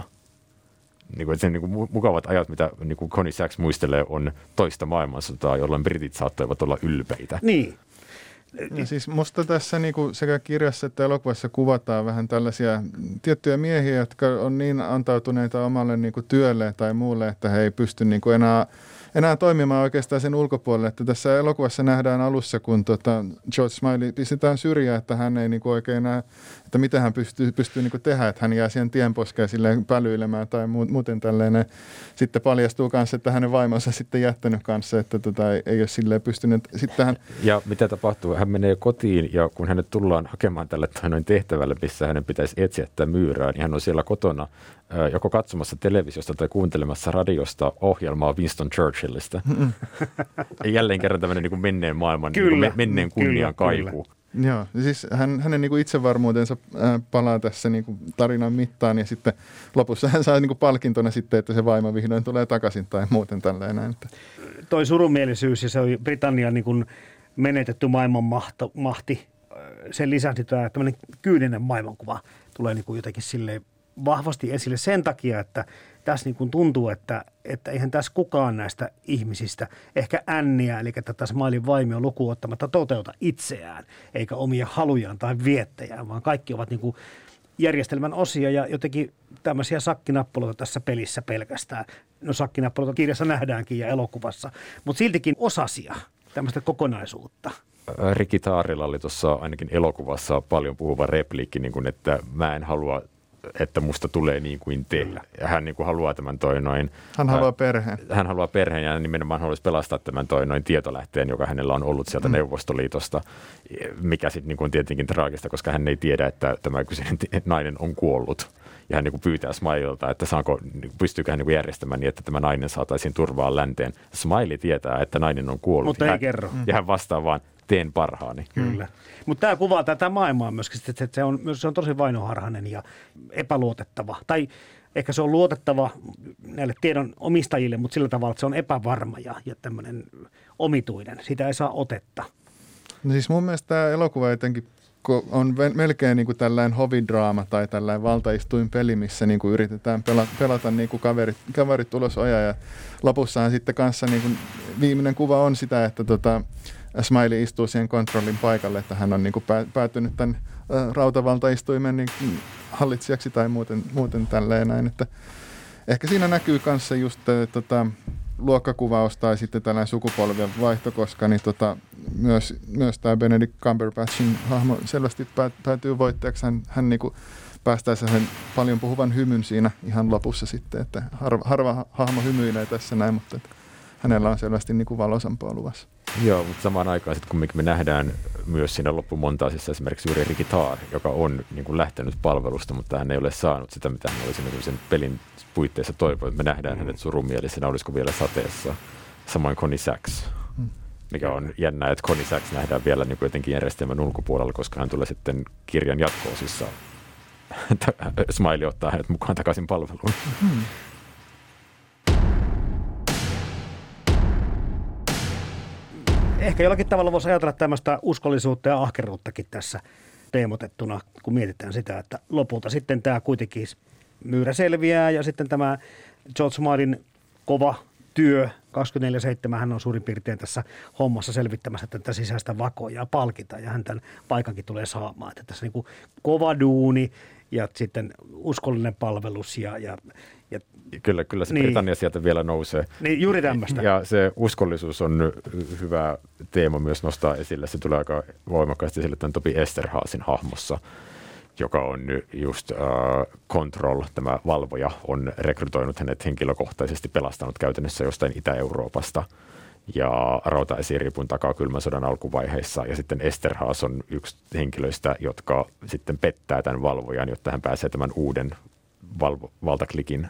Niin kuin mukavat ajat, mitä niin kuin Connie Sachs muistelee, on toista maailmansotaa, jolloin britit saattoivat olla ylpeitä. Niin. Ja siis musta tässä niinku sekä kirjassa että elokuvassa kuvataan vähän tällaisia tiettyjä miehiä, jotka on niin antautuneita omalle niinku työlle tai muulle, että he ei pysty niinku enää toimimaan oikeastaan sen ulkopuolelle. Että tässä elokuvassa nähdään alussa, kun George Smiley pistetään syrjään, että hän ei niinku oikein näe, että mitä hän pystyy niinku tehdä, että hän jää siihen tienposkeen silleen pälyilemään tai muuten tällainen. Sitten paljastuu kanssa, että hänen vaimonsa sitten jättänyt kanssa, että ei ole silleen pystynyt. Sitten hän... Ja mitä tapahtuu? Hän menee kotiin, ja kun hänet tullaan hakemaan tälle noin tehtävälle, missä hänen pitäisi etsiä tätä Myyrää, niin hän on siellä kotona joko katsomassa televisiosta tai kuuntelemassa radiosta ohjelmaa Winston Churchillista. Jälleen kerran tämmöinen niin kuin menneen maailman, kyllä, niin kuin menneen kunnian kaiku. Joo, siis hänen niin kuin itsevarmuutensa palaa tässä niin kuin tarinan mittaan, ja sitten lopussa hän saa niin kuin palkintona sitten, että se vaimo vihdoin tulee takaisin tai muuten tällainen. Toi surumielisyys ja se oli Britannian niin kuin menetetty maailmanmahti. Sen lisäksi tämä tämmöinen kyyninen maailmankuva tulee niin kuin jotenkin silleen vahvasti esille sen takia, että tässä niin kuin tuntuu, että eihän tässä kukaan näistä ihmisistä, ehkä Anniä, eli tätä Smileyn vaimia lukuun ottamatta, toteuta itseään, eikä omia halujaan tai viettejään, vaan kaikki ovat niin kuin järjestelmän osia ja jotenkin tämmöisiä sakkinappuloita tässä pelissä pelkästään. No sakkinappuloita kirjassa nähdäänkin ja elokuvassa, mutta siltikin osasia tämmöistä kokonaisuutta. Ricky Taarilla oli tuossa ainakin elokuvassa paljon puhuva repliikki, niin kuin, että mä en halua, että musta tulee niin kuin te. Ja hän niin kuin haluaa tämän Hän haluaa perheen. Hän haluaa perheen ja nimenomaan haluaisi pelastaa tämän tietolähteen, joka hänellä on ollut sieltä Neuvostoliitosta, mikä sitten niin kuin on tietenkin traagista, koska hän ei tiedä, että tämä kyseinen nainen on kuollut. Ja hän niin kuin pyytää Smilelta, että pystyykö hän niin kuin järjestämään niin, että tämä nainen saataisiin turvaan länteen. Smiley tietää, että nainen on kuollut. Mutta ei kerro. Ja hän vastaa vaan: teen parhaani. Kyllä. Mutta tämä kuvaa tätä maailmaa myöskin, että se on tosi vainoharhainen ja epäluotettava. Tai ehkä se on luotettava näille tiedon omistajille, mutta sillä tavalla, että se on epävarma ja tämmöinen omituinen. Sitä ei saa otetta. No siis mun mielestä tämä elokuva jotenkin on melkein niin kuin tällainen hovidraama tai tällainen valtaistuinpeli, missä niin kuin yritetään pelata niin kuin kaverit ulos ojaa. Ja lopussahan sitten kanssa niin kuin viimeinen kuva on sitä, että Smiley istuu siihen kontrollin paikalle, että hän on niin kuin päätynyt tämän rautavaltaistuimen niin hallitsijaksi tai muuten tälleen näin. Että ehkä siinä näkyy kanssa just luokkakuvaus tai sitten tällainen sukupolvien vaihto, koska niin myös tämä Benedict Cumberbatchin hahmo selvästi päätyy voittajaksi. Hän niin kuin päästää sen paljon puhuvan hymyn siinä ihan lopussa sitten, että harva hahmo hymyilee tässä näin, mutta hänellä on selvästi niin kuin valoisampaa luvassa. Joo, mutta samaan aikaan sitten kumminkin me nähdään myös siinä loppumontaasissa esimerkiksi juuri Ricky Tarr, joka on niin kuin lähtenyt palvelusta, mutta hän ei ole saanut sitä, mitä hän olisi niin sen pelin puitteissa toivonut. Me nähdään hänet surumielisenä, olisiko vielä sateessa. Samoin Connie Sachs, mikä on jännä, että Connie Sachs nähdään vielä niin kuin jotenkin järjestelmän ulkopuolella, koska hän tulee sitten kirjan jatko-osissa. Smiley ottaa hänet mukaan takaisin palveluun. Ehkä jollakin tavalla voisi ajatella tämmöistä uskollisuutta ja ahkeruuttakin tässä teemotettuna, kun mietitään sitä, että lopulta sitten tämä kuitenkin myyrä selviää ja sitten tämä George Martin kova työ, 24/7 hän on suurin piirtein tässä hommassa selvittämässä tätä sisäistä vakoa ja palkita ja hän tämän paikankin tulee saamaan. Että tässä niin kuin kova duuni ja sitten uskollinen palvelus ja Kyllä se niin. Britannia sieltä vielä nousee. Niin, juuri tämmöistä. Ja se uskollisuus on hyvä teema myös nostaa esille. Se tulee aika voimakkaasti esille tämän Toby Esterházin hahmossa, joka on just Control, tämä valvoja, on rekrytoinut hänet henkilökohtaisesti, pelastanut käytännössä jostain Itä-Euroopasta ja rautaesiripun takaa kylmän sodan alkuvaiheissa. Ja sitten Esterház on yksi henkilöistä, jotka sitten pettää tämän valvojan, jotta hän pääsee tämän uuden valtaklikin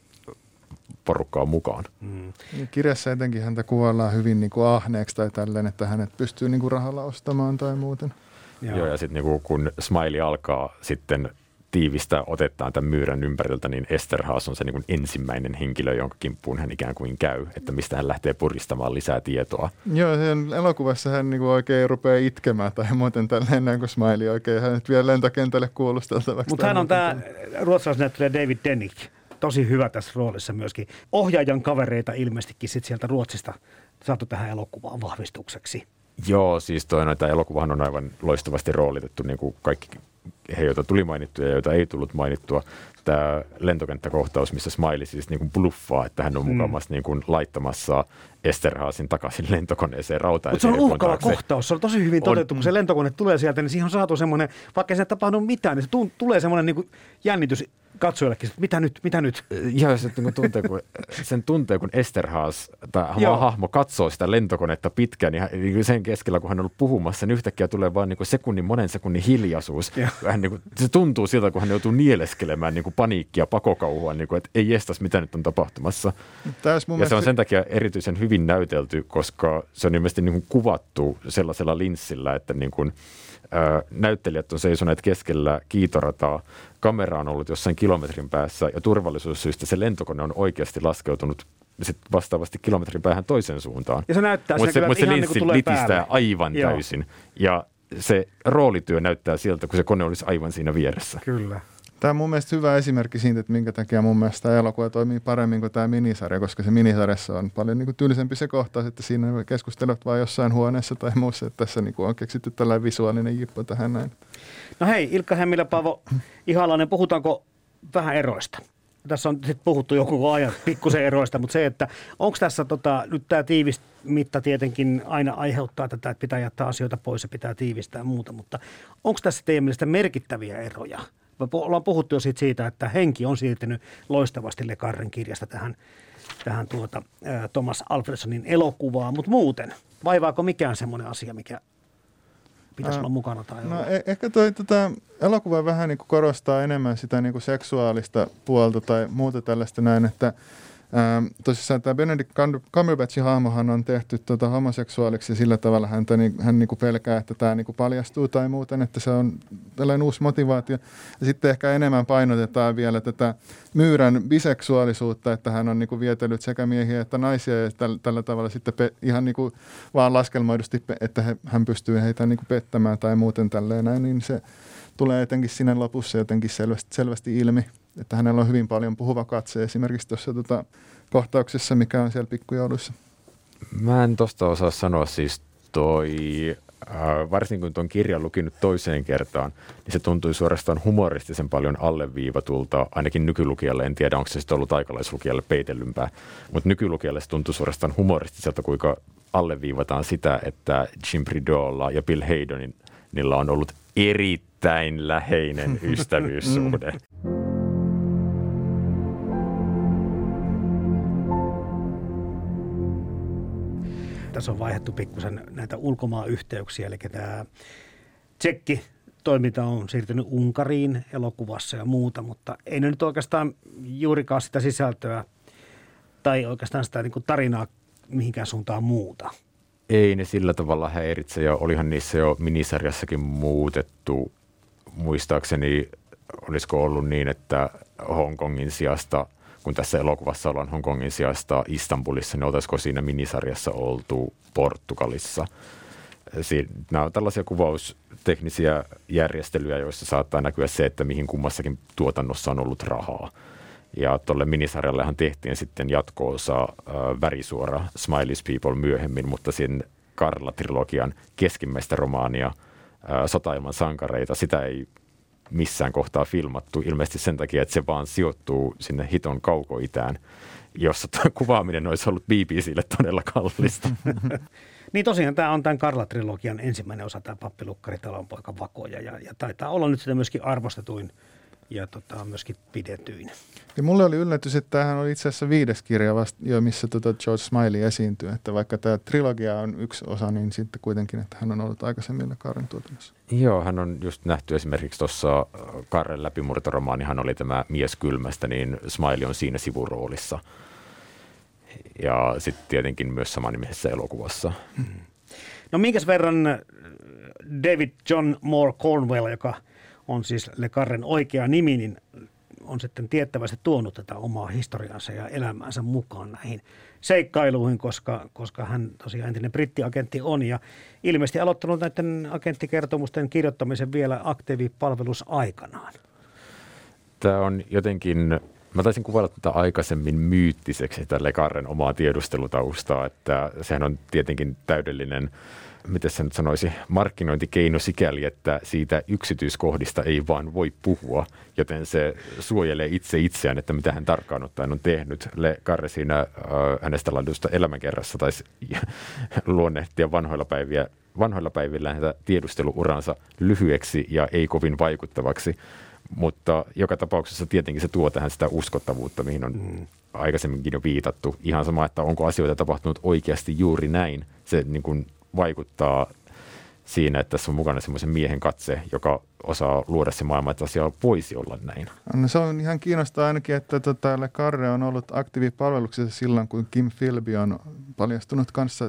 porukkaan mukaan. Kirjassa etenkin häntä kuvaillaan hyvin niin kuin ahneeksi tai tälleen, että hänet pystyy niin kuin rahalla ostamaan tai muuten. Joo, ja sitten niin kun Smiley alkaa sitten tiivistää otettaan tämän myyrän ympäriltä, niin Esterház on se niin kuin ensimmäinen henkilö, jonka kimppuun hän ikään kuin käy, että mistä hän lähtee puristamaan lisää tietoa. Joo, sen elokuvassa hän niin kuin oikein rupeaa itkemään tai muuten tälleen näin kuin Smiley oikein hänet vie lentokentälle kuulusteltavaksi. Mutta hän on tämä ruotsalaisnäyttelijä David Denik, tosi hyvä tässä roolissa myöskin. Ohjaajan kavereita ilmeisestikin sit sieltä Ruotsista saatu tähän elokuvaan vahvistukseksi. Joo, siis tämä elokuvahan on aivan loistavasti roolitettu, niin kuin kaikki he, joita tuli mainittua ja joita ei tullut mainittua. Tämä lentokenttäkohtaus, missä Smiley siis niin kuin bluffaa, että hän on mukamassa niin kuin laittamassa Esterházin takaisin lentokoneeseen rautaeseen. Mutta se on uhkaava kohtaus, se on tosi hyvin toteutettu, kun se lentokone tulee sieltä, niin siihen on saatu semmoinen, vaikka se ei tapahdu mitään, niin se tulee semmoinen niin kuin jännitys katsojallekin, että mitä nyt? Joo, sen tuntee, kun Esterház, tämä hahmo katsoo sitä lentokonetta pitkään, niin sen keskellä, kun hän on ollut puhumassa, niin yhtäkkiä tulee vaan niin monen sekunnin hiljaisuus. Hän, niin kuin, se tuntuu siltä, kun hän joutuu nieleskelemään niin kuin paniikkia, pakokauhua, niin kuin, että ei jestas, mitä nyt on tapahtumassa. Ja se on sen takia erityisen hyvin näytelty, koska se on ilmeisesti niin kuin kuvattu sellaisella linssillä, että niin kuin, näyttelijät on seisoneet keskellä kiitorataa, kamera on ollut jossain kilometrin päässä ja turvallisuussyistä se lentokone on oikeasti laskeutunut sit vastaavasti kilometrin päähän toiseen suuntaan. Ja se näyttää mutta se ihan linssi niin kuin litistää aivan täysin ja se roolityö näyttää siltä, kun se kone olisi aivan siinä vieressä. Kyllä. Tämä on mun mielestä hyvä esimerkki siitä, että minkä takia mun mielestä tämä elokuva toimii paremmin kuin tämä minisarja, koska se minisarjassa on paljon niin kuin tyylisempi se kohtaus, että siinä keskustelut vaan jossain huoneessa tai muussa, että tässä niin kuin on keksitty tällainen visuaalinen jippo tähän näin. No hei, Ilkka Hemmilä, Paavo Ihalainen, puhutaanko vähän eroista? Tässä on sitten puhuttu jo koko ajan pikkusen eroista, mutta se, että onko tässä nyt tämä tiivis mitta tietenkin aina aiheuttaa tätä, että pitää jättää asioita pois ja pitää tiivistää ja muuta, mutta onko tässä teidän mielestä merkittäviä eroja? Ollaan puhuttu jo siitä, että henki on siirtynyt loistavasti Le Carren kirjasta tähän Thomas Alfredsonin elokuvaan, mutta muuten, vaivaako mikään semmoinen asia, mikä pitäisi olla mukana? Tai ehkä elokuva vähän niin kuin korostaa enemmän sitä niin kuin seksuaalista puolta tai muuta tällaista näin, että tosissaan tämä Benedict Cumberbatchin hahmohan on tehty homoseksuaaliksi ja sillä tavalla hän niin kuin pelkää, että tämä niin kuin paljastuu tai muuten, että se on tällainen uusi motivaatio. Ja sitten ehkä enemmän painotetaan vielä tätä myyrän biseksuaalisuutta, että hän on niin kuin vietellyt sekä miehiä että naisia ja tällä tavalla sitten ihan niin kuin vaan laskelmoidusti, että hän pystyy heitä niin kuin pettämään tai muuten tälleen näin, niin se tulee etenkin siinä lopussa jotenkin selvästi ilmi. Että hänellä on hyvin paljon puhuva katse esimerkiksi tuossa kohtauksessa, mikä on siellä pikkujouluissa. Mä en tosta osaa sanoa siis varsinkin kun tuon kirjan lukinut toiseen kertaan, niin se tuntui suorastaan humoristisen paljon alleviivatulta, ainakin nykylukijalle. En tiedä, onko se sitten ollut aikalaislukijalle peitellympää, mutta nykylukijalle se tuntui suorastaan humoristiselta, kuinka alleviivataan sitä, että Jim Prideauxlla ja Bill Haydonilla on ollut erittäin läheinen ystävyyssuhde. Tässä on vaihdettu pikkusen näitä ulkomaayhteyksiä, eli tämä tsekki-toiminta on siirtynyt Unkariin elokuvassa ja muuta, mutta ei ne nyt oikeastaan juurikaan sitä sisältöä tai oikeastaan sitä niin kuin tarinaa mihinkään suuntaan muuta. Ei ne sillä tavalla häiritse, ja olihan niissä jo minisarjassakin muutettu. Muistaakseni olisiko ollut niin, että Hongkongin sijasta, kun tässä elokuvassa ollaan Hongkongin sijasta Istanbulissa, niin oltaisiko siinä minisarjassa oltu Portugalissa. Nämä on tällaisia kuvausteknisiä järjestelyjä, joissa saattaa näkyä se, että mihin kummassakin tuotannossa on ollut rahaa. Ja tuolle minisarjallehan tehtiin sitten jatko-osa värisuora Smiley's People myöhemmin, mutta sen Karla-trilogian keskimmäistä romaania Sota ilman sankareita, sitä ei missään kohtaa filmattu. Ilmeisesti sen takia, että se vaan sijoittuu sinne hiton kaukoitään, jossa kuvaaminen olisi ollut BBClle todella kallista. Niin tosiaan tämä on tämän Karla-trilogian ensimmäinen osa, tämä Pappilukkari, Talonpoika, Vakoja, ja taitaa olla nyt sitä myöskin arvostetuin ja myöskin pidetyin. Ja mulle oli yllätys, että tämähän oli itse asiassa 5. kirja missä George Smiley esiintyy, että vaikka tämä trilogia on yksi osa, niin sitten kuitenkin, että hän on ollut aikaisemmin Karren tuotannossa. Joo, hän on just nähty esimerkiksi tuossa Karren läpimurtoromaanihan oli tämä Mies kylmästä, niin Smiley on siinä sivuroolissa. Ja sitten tietenkin myös samanimisessä elokuvassa. No minkäs verran David John Moore Cornwell, joka on siis Le Carren oikea nimi, niin on sitten tiettävästi tuonut tätä omaa historiansa ja elämäänsä mukaan näihin seikkailuihin, koska hän tosiaan entinen brittiagentti on ja ilmeisesti aloittanut näiden agenttikertomusten kirjoittamisen vielä aktiivipalvelusaikanaan. Tämä on jotenkin, mä taisin kuvailla tätä aikaisemmin myyttiseksi, tätä Le Carren omaa tiedustelutaustaa, että sehän on tietenkin täydellinen, miten se nyt sanoisi, markkinointikeino sikäli, että siitä yksityiskohdista ei vaan voi puhua, joten se suojelee itseään, että mitä hän tarkkaan ottaen on tehnyt. Le Carre siinä hänestä laidusta elämänkerrassa taisi luonnehtia vanhoilla päivillä häntä tiedusteluuransa lyhyeksi ja ei kovin vaikuttavaksi, mutta joka tapauksessa tietenkin se tuo tähän sitä uskottavuutta, mihin on aikaisemminkin jo viitattu. Ihan sama, että onko asioita tapahtunut oikeasti juuri näin. Se niin kuin vaikuttaa siinä, että tässä on mukana semmoisen miehen katse, joka osaa luoda se maailma, että asia voisi olla näin. No, se on ihan kiinnostaa ainakin, että Le Carre on ollut aktiivipalveluksessa silloin, kun Kim Philby on paljastunut kanssa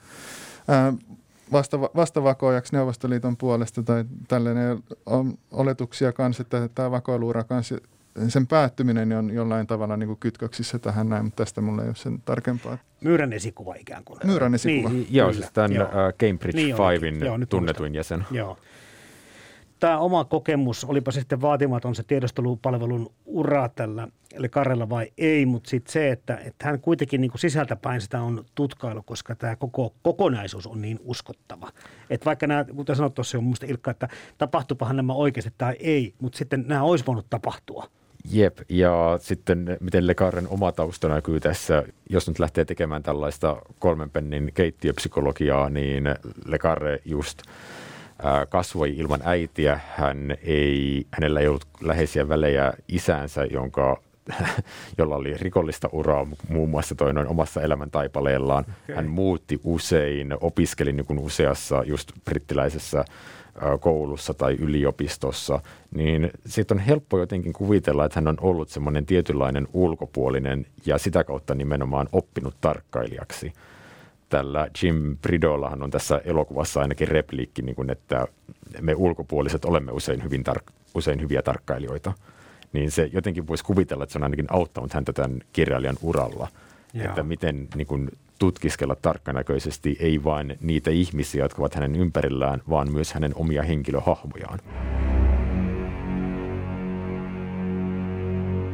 vastavakoajaksi Neuvostoliiton puolesta, tai tällainen on oletuksia kanssa, että tämä vakoiluura kanssa, sen päättyminen on jollain tavalla niin kuin kytköksissä tähän näin, mutta tästä mulla ei ole sen tarkempaa. Myyrän esikuva ikään kuin. Myyrän esikuva. Niin, joo, siis tämän Cambridge Fiven tunnetuin jäsen. Joo. Tämä oma kokemus, olipa se sitten vaatimaton se tiedustelupalvelun ura tällä Le Carrella vai ei, mutta sitten se, että hän kuitenkin niin kuin sisältäpäin sitä on tutkailu, koska tämä koko kokonaisuus on niin uskottava. Että vaikka nämä, kuten sanot tuossa on minusta Ilkka, että tapahtuipahan nämä oikeasti tai ei, mutta sitten nämä olisi voinut tapahtua. Jep, ja sitten miten Le Carren oma tausta näkyy tässä, jos nyt lähtee tekemään tällaista 3 pennin keittiöpsykologiaa, niin Le Carre just kasvoi ilman äitiä. Hänellä ei ollut läheisiä välejä isäänsä, jolla oli rikollista uraa muun muassa omassa elämäntaipaleellaan. Okay. Hän muutti usein, opiskeli niin kuin useassa just brittiläisessä koulussa tai yliopistossa, niin siitä on helppo jotenkin kuvitella, että hän on ollut semmoinen tietynlainen ulkopuolinen ja sitä kautta nimenomaan oppinut tarkkailijaksi. Tällä Jim Prideauxllahan on tässä elokuvassa ainakin repliikki, niin kuin, että me ulkopuoliset olemme usein hyviä tarkkailijoita. Niin se jotenkin voisi kuvitella, että se on ainakin auttanut häntä tämän kirjailijan uralla. Jaa. Että miten niin kuin, tutkiskella tarkkanäköisesti ei vain niitä ihmisiä, jotka ovat hänen ympärillään, vaan myös hänen omia henkilöhahmojaan.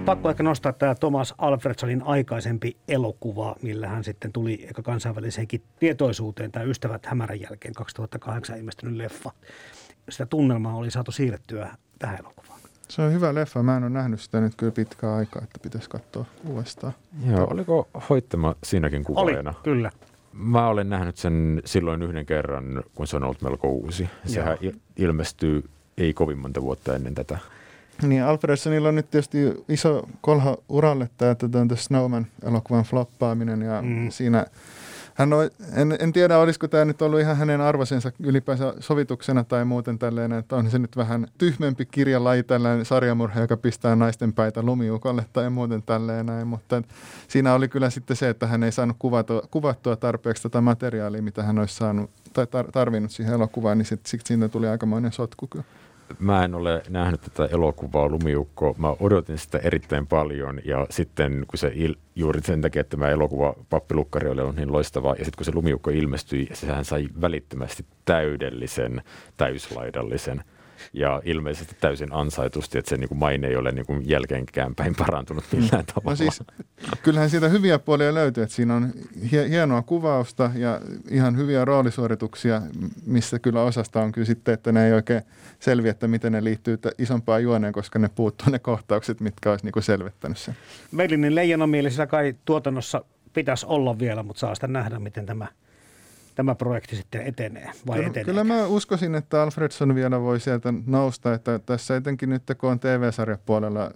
Pakko ehkä nostaa tämä Thomas Alfredsonin aikaisempi elokuva, millä hän sitten tuli ehkä kansainväliseenkin tietoisuuteen, tämä Ystävät hämärän jälkeen 2008 ilmestynyt leffa. Sitä tunnelmaa oli saatu siirrettyä tähän elokuvaan. Se on hyvä leffa. Mä en ole nähnyt sitä nyt kyllä pitkään aikaa, että pitäisi katsoa uudestaan. Joo, oliko Hoittama siinäkin kuvaajana? Oli, kyllä. Mä olen nähnyt sen silloin yhden kerran, kun se on ollut melko uusi. Sehän ilmestyy ei kovin monta vuotta ennen tätä. Niin, Alfredsonilla on nyt tietysti iso kolha uralle tämä The Snowman-elokuvan floppaaminen ja siinä hän on, en tiedä olisiko tämä nyt ollut ihan hänen arvosensa ylipäänsä sovituksena tai muuten tälleen, että on se nyt vähän tyhmempi kirjalaji tällainen sarjamurha, joka pistää naisten päitä lumiukolle tai muuten tälleen näin, mutta siinä oli kyllä sitten se, että hän ei saanut kuvattua tarpeeksi tätä materiaalia, mitä hän olisi saanut tai tarvinnut siihen elokuvaan, niin siksi siitä tuli aikamoinen sotku kyllä. Mä en ole nähnyt tätä elokuvaa Lumiukko. Mä odotin sitä erittäin paljon ja sitten kun se juuri sen takia, että tämä elokuva Pappilukkari oli ollut niin loistava ja sitten kun se Lumiukko ilmestyi, sehän sai välittömästi täydellisen, täyslaidallisen ja ilmeisesti täysin ansaitusti, että se niin kuin maine ei ole niin kuin jälkeenkään päin parantunut millään tavalla. No siis, kyllähän siitä hyviä puolia löytyy, että siinä on hienoa kuvausta ja ihan hyviä roolisuorituksia, missä kyllä osasta on kyllä sitten, että ne ei oikein selviä, että miten ne liittyy isompaan juoneen, koska ne puuttuu ne kohtaukset, mitkä olisi niin kuin selvittänyt sen. Meilinen leijonamielisiä kai tuotannossa pitäisi olla vielä, mutta saa sitä nähdä, miten tämä projekti sitten etenee vai etenee. Kyllä mä uskoisin, että Alfredson vielä voi sieltä nousta, että tässä etenkin nyt kun on TV-sarjapuolella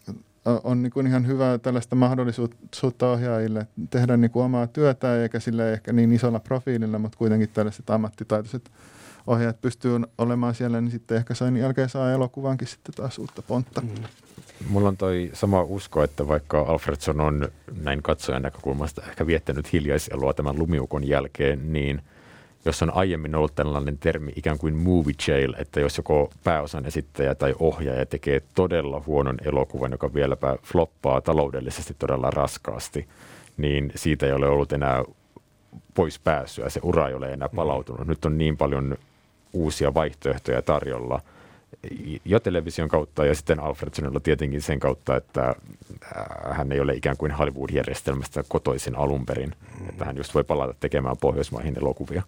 on niin kuin ihan hyvä tällaista mahdollisuutta ohjaajille tehdä niin kuin omaa työtä, eikä sillä ehkä niin isolla profiililla, mutta kuitenkin tällaiset ammattitaitoiset ohjaajat pystyy olemaan siellä, niin sitten ehkä sen jälkeen saa elokuvaankin sitten taas uutta pontta. Mulla on toi sama usko, että vaikka Alfredson on näin katsojan näkökulmasta ehkä viettänyt hiljaiseloa tämän Lumiukon jälkeen, niin jos on aiemmin ollut tällainen termi ikään kuin movie jail, että jos joko pääosan esittäjä tai ohjaaja tekee todella huonon elokuvan, joka vieläpä floppaa taloudellisesti todella raskaasti, niin siitä ei ole ollut enää pois pääsyä. Se ura ei ole enää palautunut. Nyt on niin paljon uusia vaihtoehtoja tarjolla jo television kautta ja sitten Alfredsonilla tietenkin sen kautta, että hän ei ole ikään kuin Hollywood-järjestelmästä kotoisin alun perin. Että hän just voi palata tekemään Pohjoismaihin elokuvia.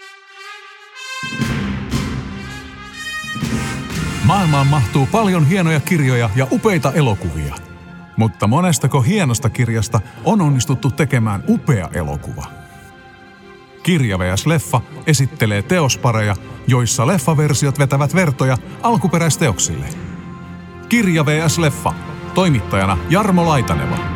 Maailmaan mahtuu paljon hienoja kirjoja ja upeita elokuvia. Mutta monestako hienosta kirjasta on onnistuttu tekemään upea elokuva? Kirja vs. Leffa esittelee teospareja, joissa leffaversiot vetävät vertoja alkuperäisteoksille. Kirja vs. Leffa. Toimittajana Jarmo Laitaneva.